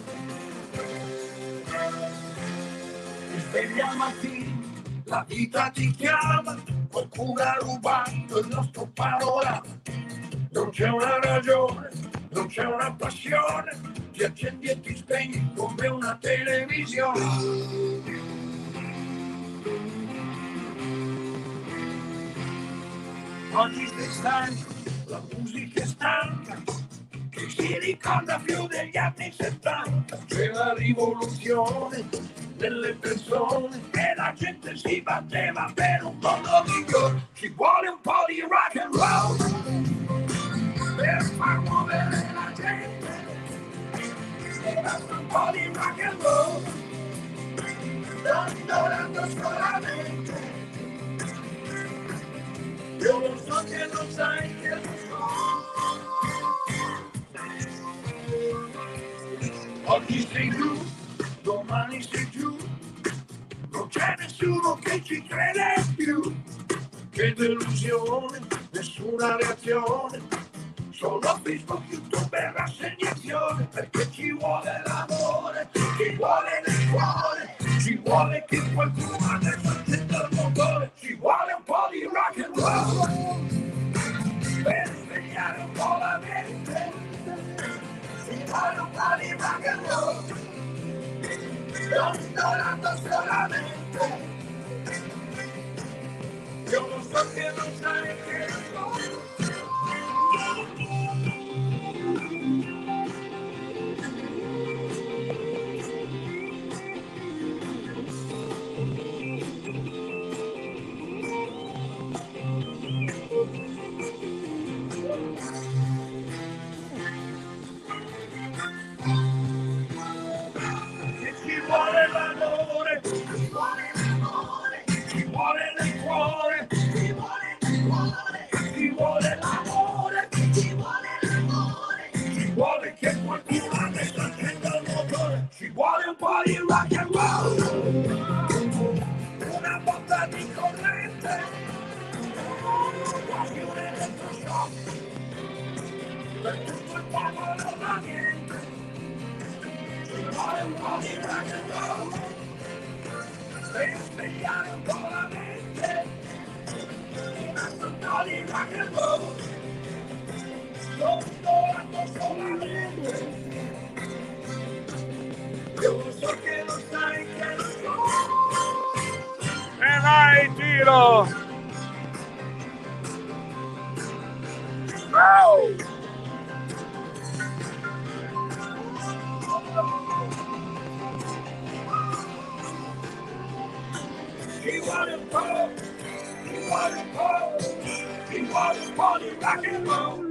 Ti svegli al mattino, la vita ti chiama, qualcuno ha rubato il nostro panorama. Non c'è una ragione, non c'è una passione, ti accendi e ti spegni come una televisione. Oggi sei stanco, la musica è stanca, chi si ricorda più degli anni 70? C'è la rivoluzione delle persone e la gente si batteva per un mondo migliore. Ci vuole un po' di rock and roll per far muovere la gente, e basta un po' di rock and roll, dando solamente. Io lo so che lo sai che lo so. Oggi sei tu, domani sei giù, non c'è nessuno che ci crede più. Che delusione, nessuna reazione, solo Facebook, YouTube e rassegnazione, perché ci vuole l'amore, ci vuole nel cuore, ci vuole che qualcuno adesso accenda il motore, ci vuole un po' di rock and roll per svegliare un po' la mente, ci vuole un po' di rock and roll, dando solamente. Io lo so che non sai che ci vuole l'amore, ci vuole l'amore, ci vuole nel cuore, ci vuole nel cuore, ci vuole l'amore, ci vuole l'amore, ci vuole che qualcuno adesso accenda il motore, ci vuole un po' di rock and roll, una botta di corrente, quasi un elettroshock, per tutto il popolo va niente. Ci vuole un po' di rock and roll per svegliare un po' la mente, ci basta un po' di rock and roll, dando solamente. Io lo so che lo sai che lo so. E vai, tiro! Oh! Ci vuole un po', ci vuole un po', ci vuole un po' di rock and roll.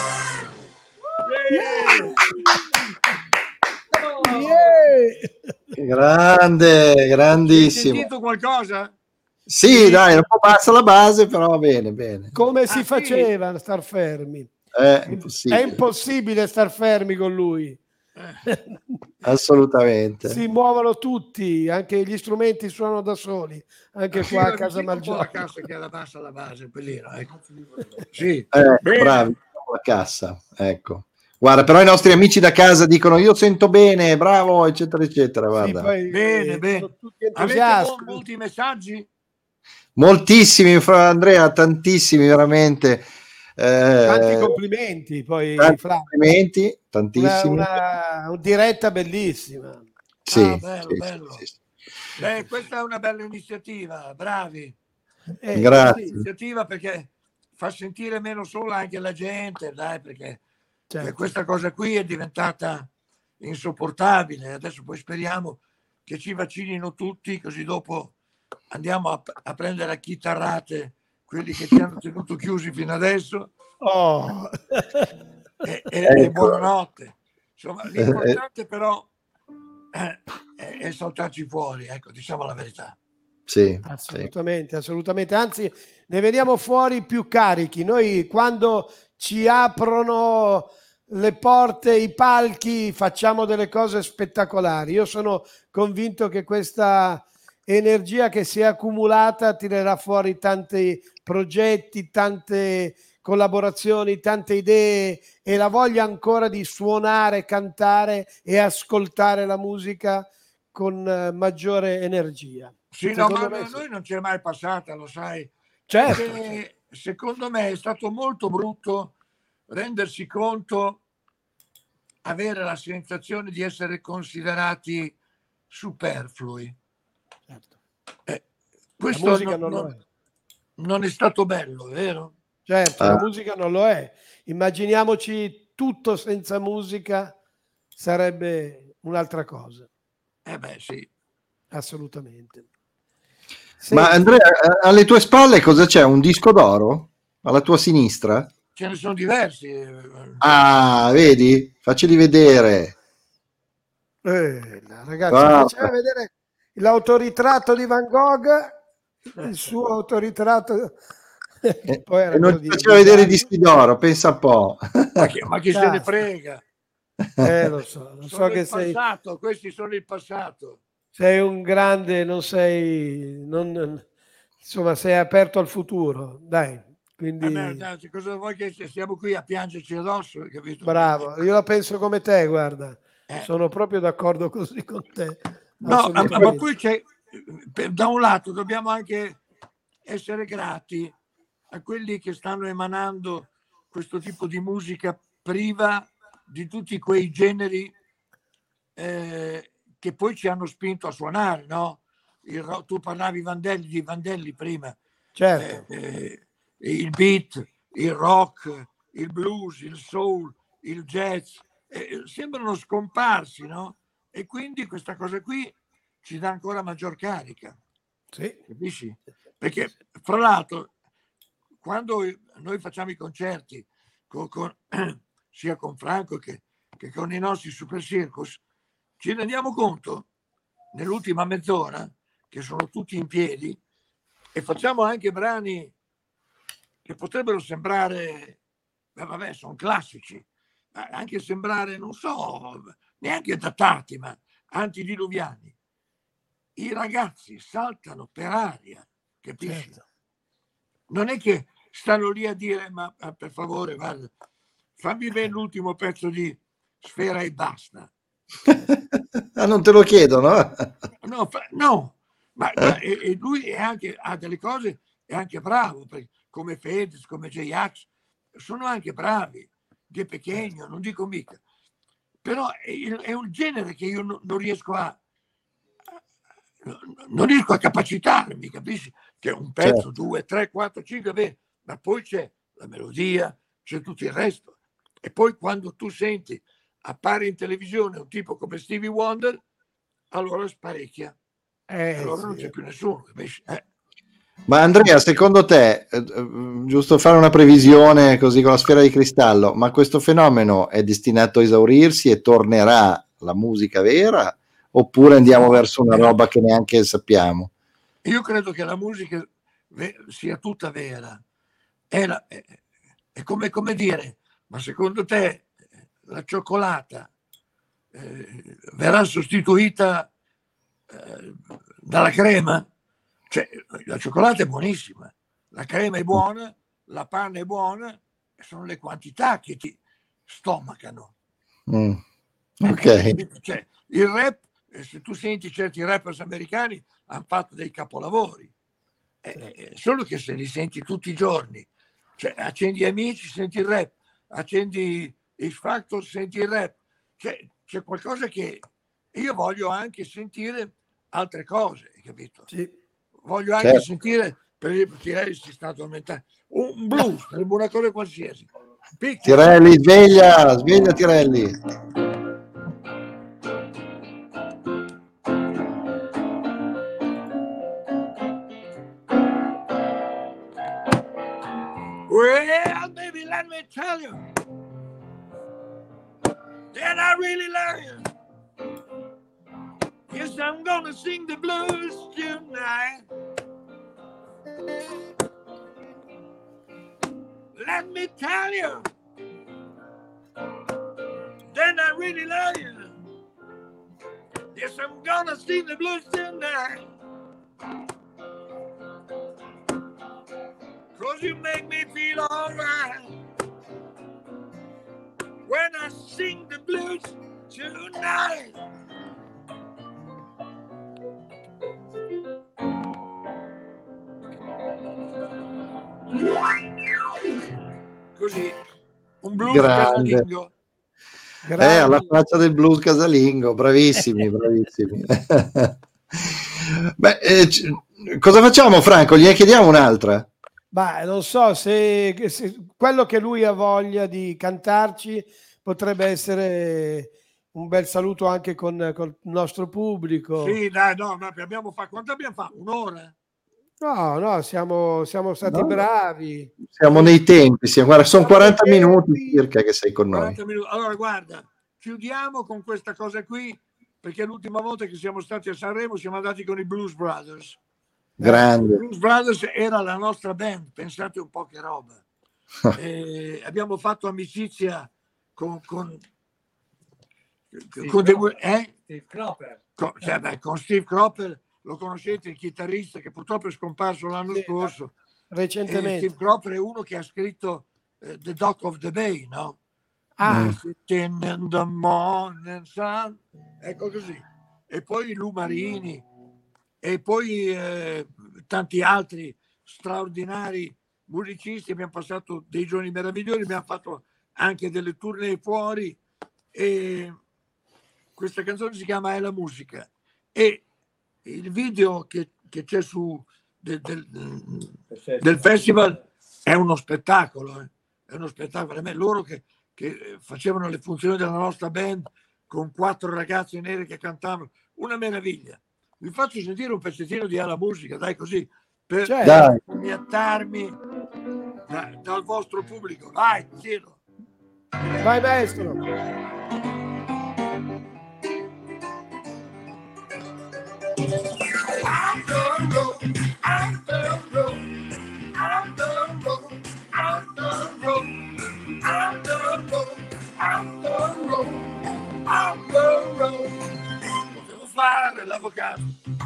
Grande, grandissimo. Hai sentito qualcosa? Sì, dai, un po' bassa la base, però va bene, bene. Come si faceva a star fermi? È impossibile. È impossibile star fermi con lui. Assolutamente. Si muovono tutti, anche gli strumenti suonano da soli, anche qua a casa Malgioglio. La cassa che è la bassa alla base, quell'era, ecco. Sì, bravi, la cassa, ecco. Guarda, però i nostri amici da casa dicono io sento bene, bravo, eccetera, eccetera. Guarda. Sì, poi, bene. tutti Avete molti messaggi? Moltissimi, fra Andrea, tantissimi, veramente. Tanti complimenti, poi complimenti, tantissimi. Una diretta bellissima. Sì, bello. Sì. Beh, questa è una bella iniziativa, bravi. Grazie. Iniziativa perché fa sentire meno sola anche la gente, dai, perché questa cosa qui è diventata insopportabile. Adesso poi speriamo che ci vaccinino tutti, così dopo andiamo a prendere a chitarrate quelli che ci hanno tenuto chiusi fino adesso. E buonanotte. Insomma, l'importante però è saltarci fuori, ecco, diciamo la verità. Sì, assolutamente, assolutamente. Anzi, ne veniamo fuori più carichi. Noi quando ci aprono le porte, i palchi, facciamo delle cose spettacolari. Io sono convinto che questa energia che si è accumulata tirerà fuori tanti progetti, tante collaborazioni, tante idee e la voglia ancora di suonare, cantare e ascoltare la musica con maggiore energia. Sì, no, ma a noi non c'è mai passata, lo sai. Certo. Perché secondo me è stato molto brutto rendersi conto, avere la sensazione di essere considerati superflui. Certo. Questo la musica non lo è. Non è stato bello, vero? Certo, la musica non lo è. Immaginiamoci tutto senza musica, sarebbe un'altra cosa. Sì. Assolutamente. Ma Andrea, alle tue spalle cosa c'è? Un disco d'oro? Alla tua sinistra? Ce ne sono diversi. Ah, vedi? Facceli vedere. Ragazzi, faceva vedere l'autoritratto di Van Gogh, il suo autoritratto. Poi era e non ti faceva vedere i dischi d'oro, pensa un po'. Ma chi se ne frega? Lo so Sono che il passato, questi sono il passato. Sei un grande, insomma, sei aperto al futuro, dai. Quindi cosa vuoi che stiamo qui a piangerci addosso? Capito? Bravo, io la penso come te, guarda, sono proprio d'accordo così con te. No, ma poi c'è, da un lato dobbiamo anche essere grati a quelli che stanno emanando questo tipo di musica priva di tutti quei generi che poi ci hanno spinto a suonare, no? Tu parlavi di Vandelli prima. Certo. Il beat, il rock, il blues, il soul, il jazz, sembrano scomparsi, no? E quindi questa cosa qui ci dà ancora maggior carica. Sì. Capisci? Perché, fra l'altro, quando noi facciamo i concerti sia con Franco che con i nostri Super Circus, ci rendiamo conto nell'ultima mezz'ora che sono tutti in piedi e facciamo anche brani che potrebbero sembrare, vabbè, sono classici, anche sembrare, non so, neanche datati, ma antidiluviani. I ragazzi saltano per aria, capisci? Certo. Non è che stanno lì a dire, ma per favore, guarda, fammi bene l'ultimo pezzo di Sfera e basta. Non te lo chiedono? No, ma e lui ha delle cose, è anche bravo, come Fedez, come J-Ax, sono anche bravi, De Pequeno, non dico mica, però è un genere che io non riesco a capacitarmi, capisci? Che un pezzo, 2, 3, 4, 5, bene, ma poi c'è la melodia, c'è tutto il resto. E poi quando tu senti appare in televisione un tipo come Stevie Wonder, allora sparecchia. Allora non c'è più nessuno, capisci? Ma Andrea, secondo te, giusto fare una previsione così con la sfera di cristallo, ma questo fenomeno è destinato a esaurirsi e tornerà la musica vera? Oppure andiamo verso una roba che neanche sappiamo? Io credo che la musica sia tutta vera. È come dire, ma secondo te la cioccolata verrà sostituita dalla crema? Cioè, la cioccolata è buonissima, la crema è buona, la panna è buona, sono le quantità che ti stomacano. Ok. Cioè, il rap, se tu senti certi rappers americani, hanno fatto dei capolavori, solo che se li senti tutti i giorni, cioè accendi Amici, senti il rap, accendi X Factor, senti il rap, c'è qualcosa che io voglio anche sentire altre cose, capito? Sì. Voglio anche sentire, per esempio, Tirelli si sta addormentando, un blues, sarebbe una cosa qualsiasi. Tirelli, sveglia Tirelli. Well, baby, let me tell you that I really love you. You Yes, I'm gonna sing the blues tonight. Let me tell you, then I really love you. Yes, I'm gonna sing the blues tonight. 'Cause you make me feel alright when I sing the blues tonight. Così, un blues casalingo. Alla faccia del blues casalingo, bravissimi, bravissimi. Beh, cosa facciamo, Franco? Gli chiediamo un'altra? Beh, non so se quello che lui ha voglia di cantarci potrebbe essere un bel saluto anche con il nostro pubblico. Sì, dai, no, ma abbiamo fatto, quanto abbiamo fatto? Un'ora? No, siamo stati bravi. Siamo nei tempi, guarda, sono 40 minuti circa che sei con noi. Allora, guarda, chiudiamo con questa cosa qui, perché l'ultima volta che siamo stati a Sanremo siamo andati con i Blues Brothers. Grande. I Blues Brothers era la nostra band, pensate un po' che roba. Abbiamo fatto amicizia con Steve Cropper. Con Steve Cropper. Lo conoscete, il chitarrista che purtroppo è scomparso l'anno scorso. Recentemente. Steve Cropper è uno che ha scritto The Dock of the Bay, no? Sitting in the morning sun. Ecco così. E poi Lou Marini. E poi tanti altri straordinari musicisti. Abbiamo passato dei giorni meravigliosi. Abbiamo fatto anche delle tournée fuori. E questa canzone si chiama È la musica. E il video che c'è su del festival è uno spettacolo, è uno spettacolo. A me loro che facevano le funzioni della nostra band con 4 ragazze nere che cantavano, una meraviglia. Vi faccio sentire un pezzettino di Alla Musica, dai, così, per commiattarmi dal vostro pubblico. Vai, Ciro. Vai, maestro. Potevo fare l'avvocato,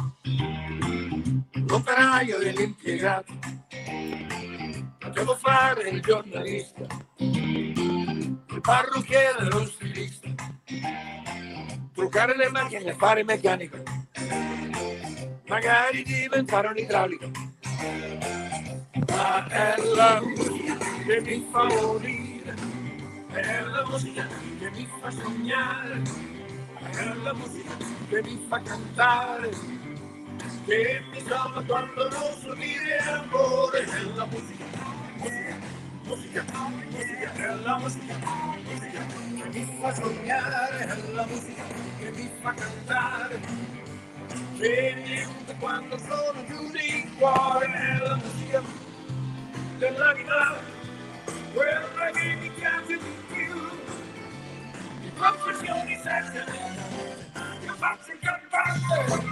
l'operaio e l'impiegato, potevo fare il giornalista, il parrucchiere e lo stilista, truccare le macchine, fare il meccanico, magari diventare un idraulico. Ma è la musica che mi fa morire, è la musica che mi fa sognare, è la musica che mi fa cantare, che mi salva quando non so dire amore, è la musica, musica, musica, è la musica, musica che mi fa sognare, è la musica che mi fa cantare, che mi aiuta quando sono giù di cuore, è la musica dell'anima, quella che mi piace di più, di professioni senza io faccio il cantante.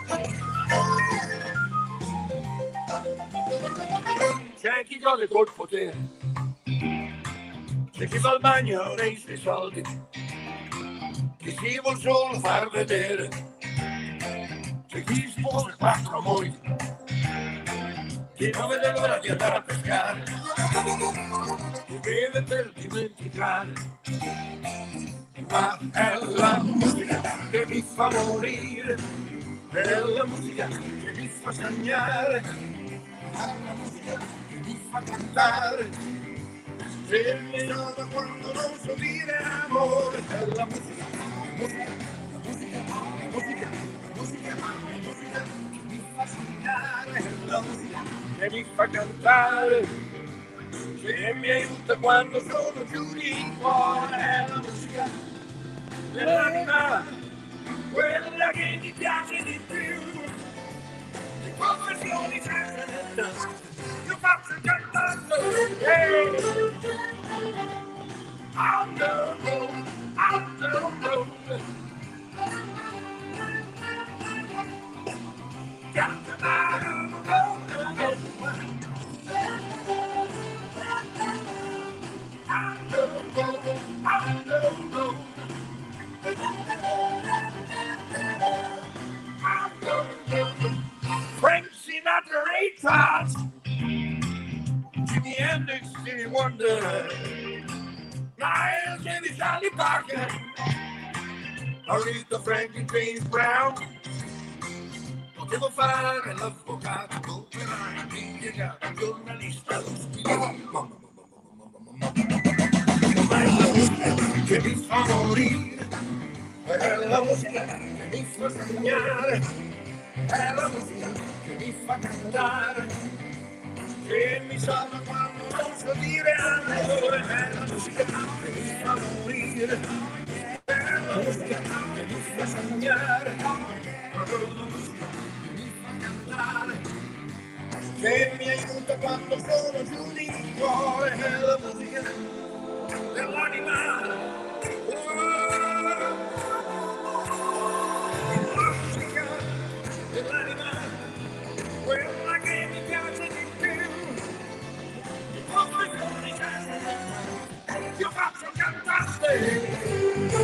C'è chi gode col potere, c'è chi va al bagno nei suoi soldi, chi si vuol solo far vedere, c'è chi sposa 4 mogli, chi non vede l'ora di andare a pescare, chi beve per dimenticare, ma è la musica che mi fa morire, è la musica che mi fa sognare, è la musica che mi fa cantare, che mi salva quando non so dire amore, è la musica, musica, musica, musica, musica, musica che mi fa sognare, è la musica che mi fa cantare, che mi aiuta quando sono giù di cuore, è la musica dell'anima, quella che mi piace di più, di professioni senza netta, io faccio il cantante, on the road, on the road. Frank Sinatra, Ray Charles, Jimi Hendrix, Stevie Wonder, Miles Davis, Charlie Parker, Aretha Franklin, James Brown. Potevo fare l'avvocato, impiegato, giornalista, ma è la musica che mi fa morire, è la musica che mi fa sognare, è la musica che mi fa cantare, che mi salva quando non so dire amore, è la musica che mi fa morire, è la musica che mi fa sognare, è la musica che mi fa cantare, che mi aiuta quando sono giù di cuore, è la musica dell'anima, la musica dell'anima, quella che mi piace di più. Io faccio cantante.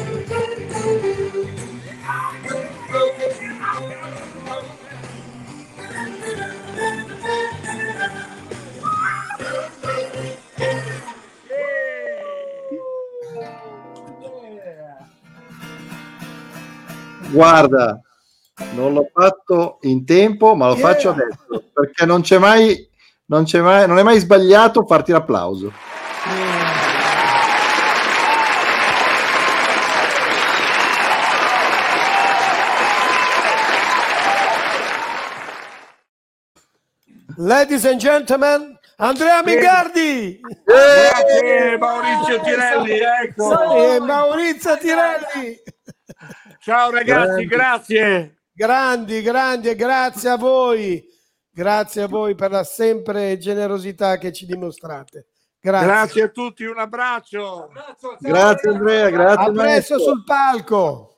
Guarda, non l'ho fatto in tempo, ma lo faccio adesso, perché non è mai sbagliato farti l'applauso. Ladies and gentlemen, Andrea Mingardi. Grazie Maurizio Tirelli, ecco. Maurizio Tirelli. Ciao ragazzi, grazie. Grandi, e grazie a voi. Grazie a voi per la sempre generosità che ci dimostrate. Grazie a tutti, un abbraccio. Grazie Andrea, grazie. A presto sul palco.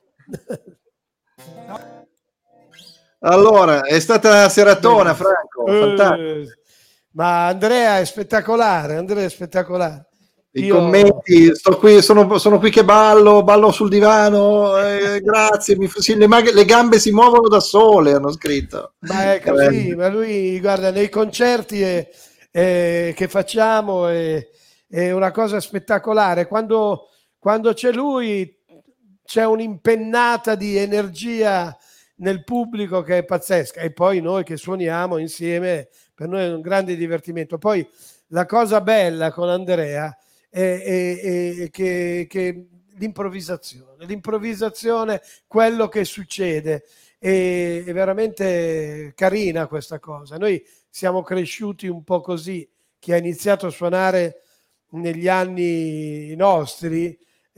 Allora, è stata una seratona, Franco. Fantastico. Ma Andrea è spettacolare, I commenti, sto qui, sono qui che ballo sul divano, grazie, le gambe si muovono da sole, hanno scritto. Ma è così, ma lui, guarda, nei concerti che facciamo è una cosa spettacolare, quando c'è lui c'è un'impennata di energia nel pubblico che è pazzesca, e poi noi che suoniamo insieme, per noi è un grande divertimento. Poi la cosa bella con Andrea è che l'improvvisazione, quello che succede, è veramente carina questa cosa. Noi siamo cresciuti un po' così, chi ha iniziato a suonare negli anni nostri,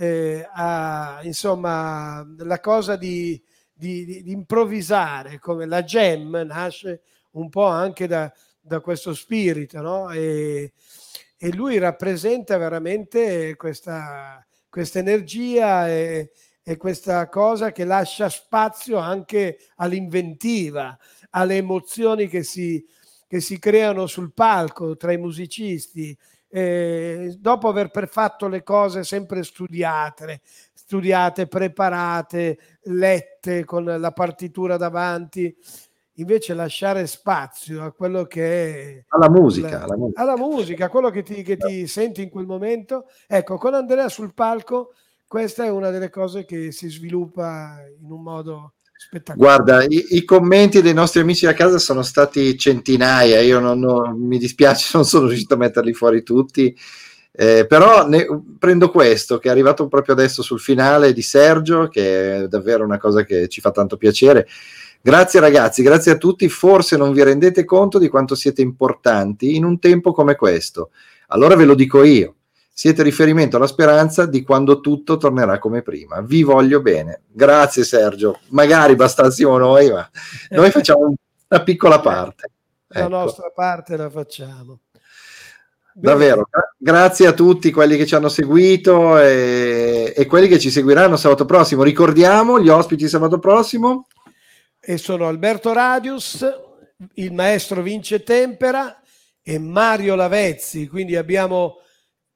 insomma, la cosa di improvvisare, come la jam nasce un po' anche da questo spirito, no? E lui rappresenta veramente questa energia e questa cosa che lascia spazio anche all'inventiva, alle emozioni che si creano sul palco tra i musicisti, dopo aver fatto le cose sempre studiate, preparate, lette con la partitura davanti. Invece lasciare spazio a quello che è alla musica, quello che ti senti in quel momento. Ecco, con Andrea sul palco questa è una delle cose che si sviluppa in un modo spettacolare. Guarda, i commenti dei nostri amici a casa sono stati centinaia, io non mi dispiace, non sono riuscito a metterli fuori tutti, però prendo questo che è arrivato proprio adesso sul finale di Sergio, che è davvero una cosa che ci fa tanto piacere. Grazie ragazzi, grazie a tutti, forse non vi rendete conto di quanto siete importanti in un tempo come questo. Allora ve lo dico io, siete riferimento alla speranza di quando tutto tornerà come prima. Vi voglio bene. Grazie Sergio, magari bastassimo noi, ma noi facciamo una piccola parte. La nostra parte la facciamo. Davvero, grazie a tutti quelli che ci hanno seguito e quelli che ci seguiranno sabato prossimo. Ricordiamo gli ospiti sabato prossimo. E sono Alberto Radius, il maestro Vince Tempera e Mario Lavezzi, quindi abbiamo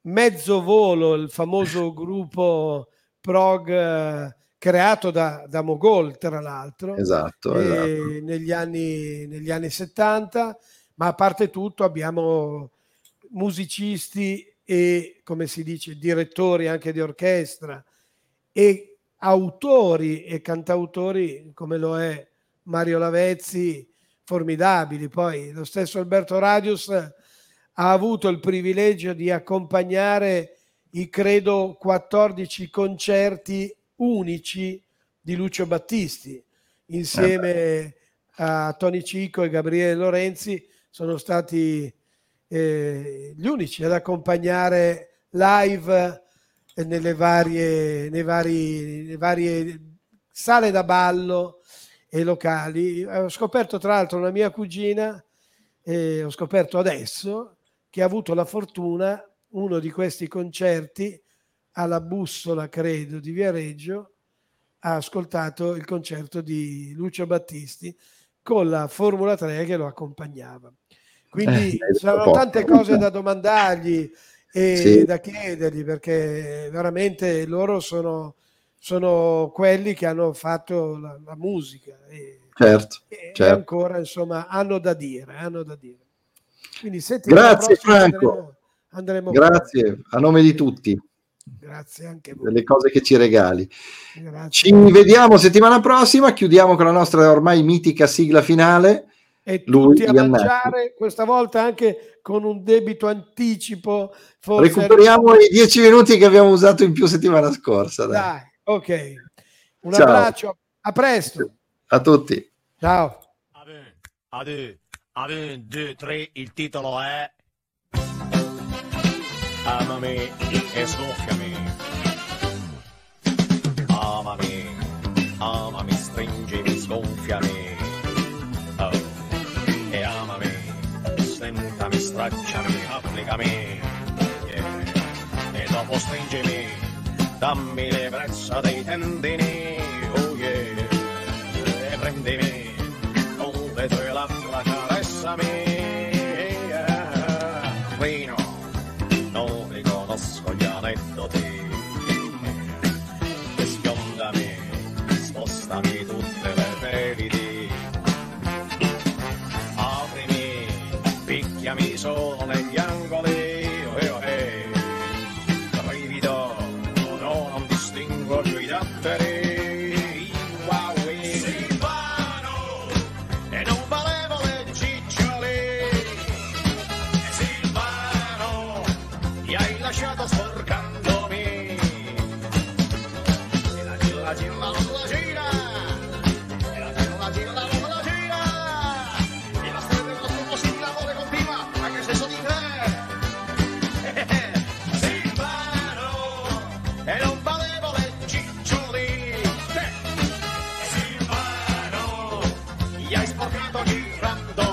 Mezzo Volo, il famoso gruppo prog creato da Mogol, tra l'altro, esatto. negli anni 70, ma a parte tutto abbiamo musicisti e, come si dice, direttori anche di orchestra e autori e cantautori come lo è Mario Lavezzi, formidabili. Poi lo stesso Alberto Radius ha avuto il privilegio di accompagnare i credo 14 concerti unici di Lucio Battisti insieme a Tony Cico e Gabriele Lorenzi. Sono stati gli unici ad accompagnare live nelle varie sale da ballo e locali. Ho scoperto tra l'altro una mia cugina, ho scoperto adesso, che ha avuto la fortuna, uno di questi concerti alla Bussola, credo, di Viareggio, ha ascoltato il concerto di Lucio Battisti con la Formula 3 che lo accompagnava. Quindi saranno tante cose da domandargli e da chiedergli, perché veramente loro sono quelli che hanno fatto la musica e ancora, insomma, hanno da dire. Quindi, grazie Franco, andremo grazie a nome di tutti, grazie anche a voi delle cose che ci regali. Grazie. Ci vediamo settimana prossima, chiudiamo con la nostra ormai mitica sigla finale e tutti a mangiare, questa volta anche con un debito anticipo. Recuperiamo i 10 minuti che abbiamo usato in più settimana scorsa. Dai, ok, un abbraccio, a presto a tutti, ciao. Un, due, tre, il titolo è Amami e soffiami, amami, stringimi, sgonfiami, e amami, stentami, stracciami, applicami, e dopo stringimi, dammi l'ebbrezza dei tendini, oh yeah, e prendimi con le tue labbra, caressami, Vino, non riconosco gli aneddoti, e sfiondami, spostami tutte le feriti, aprimi, picchiami solo negli angoli, brivido, no, non distingo più i datteri. Sporcandomi e la gira e la storia del nostro possibile amore continua anche se so di te Silvano e non valevo le ciccioli Silvano gli hai sporcato girando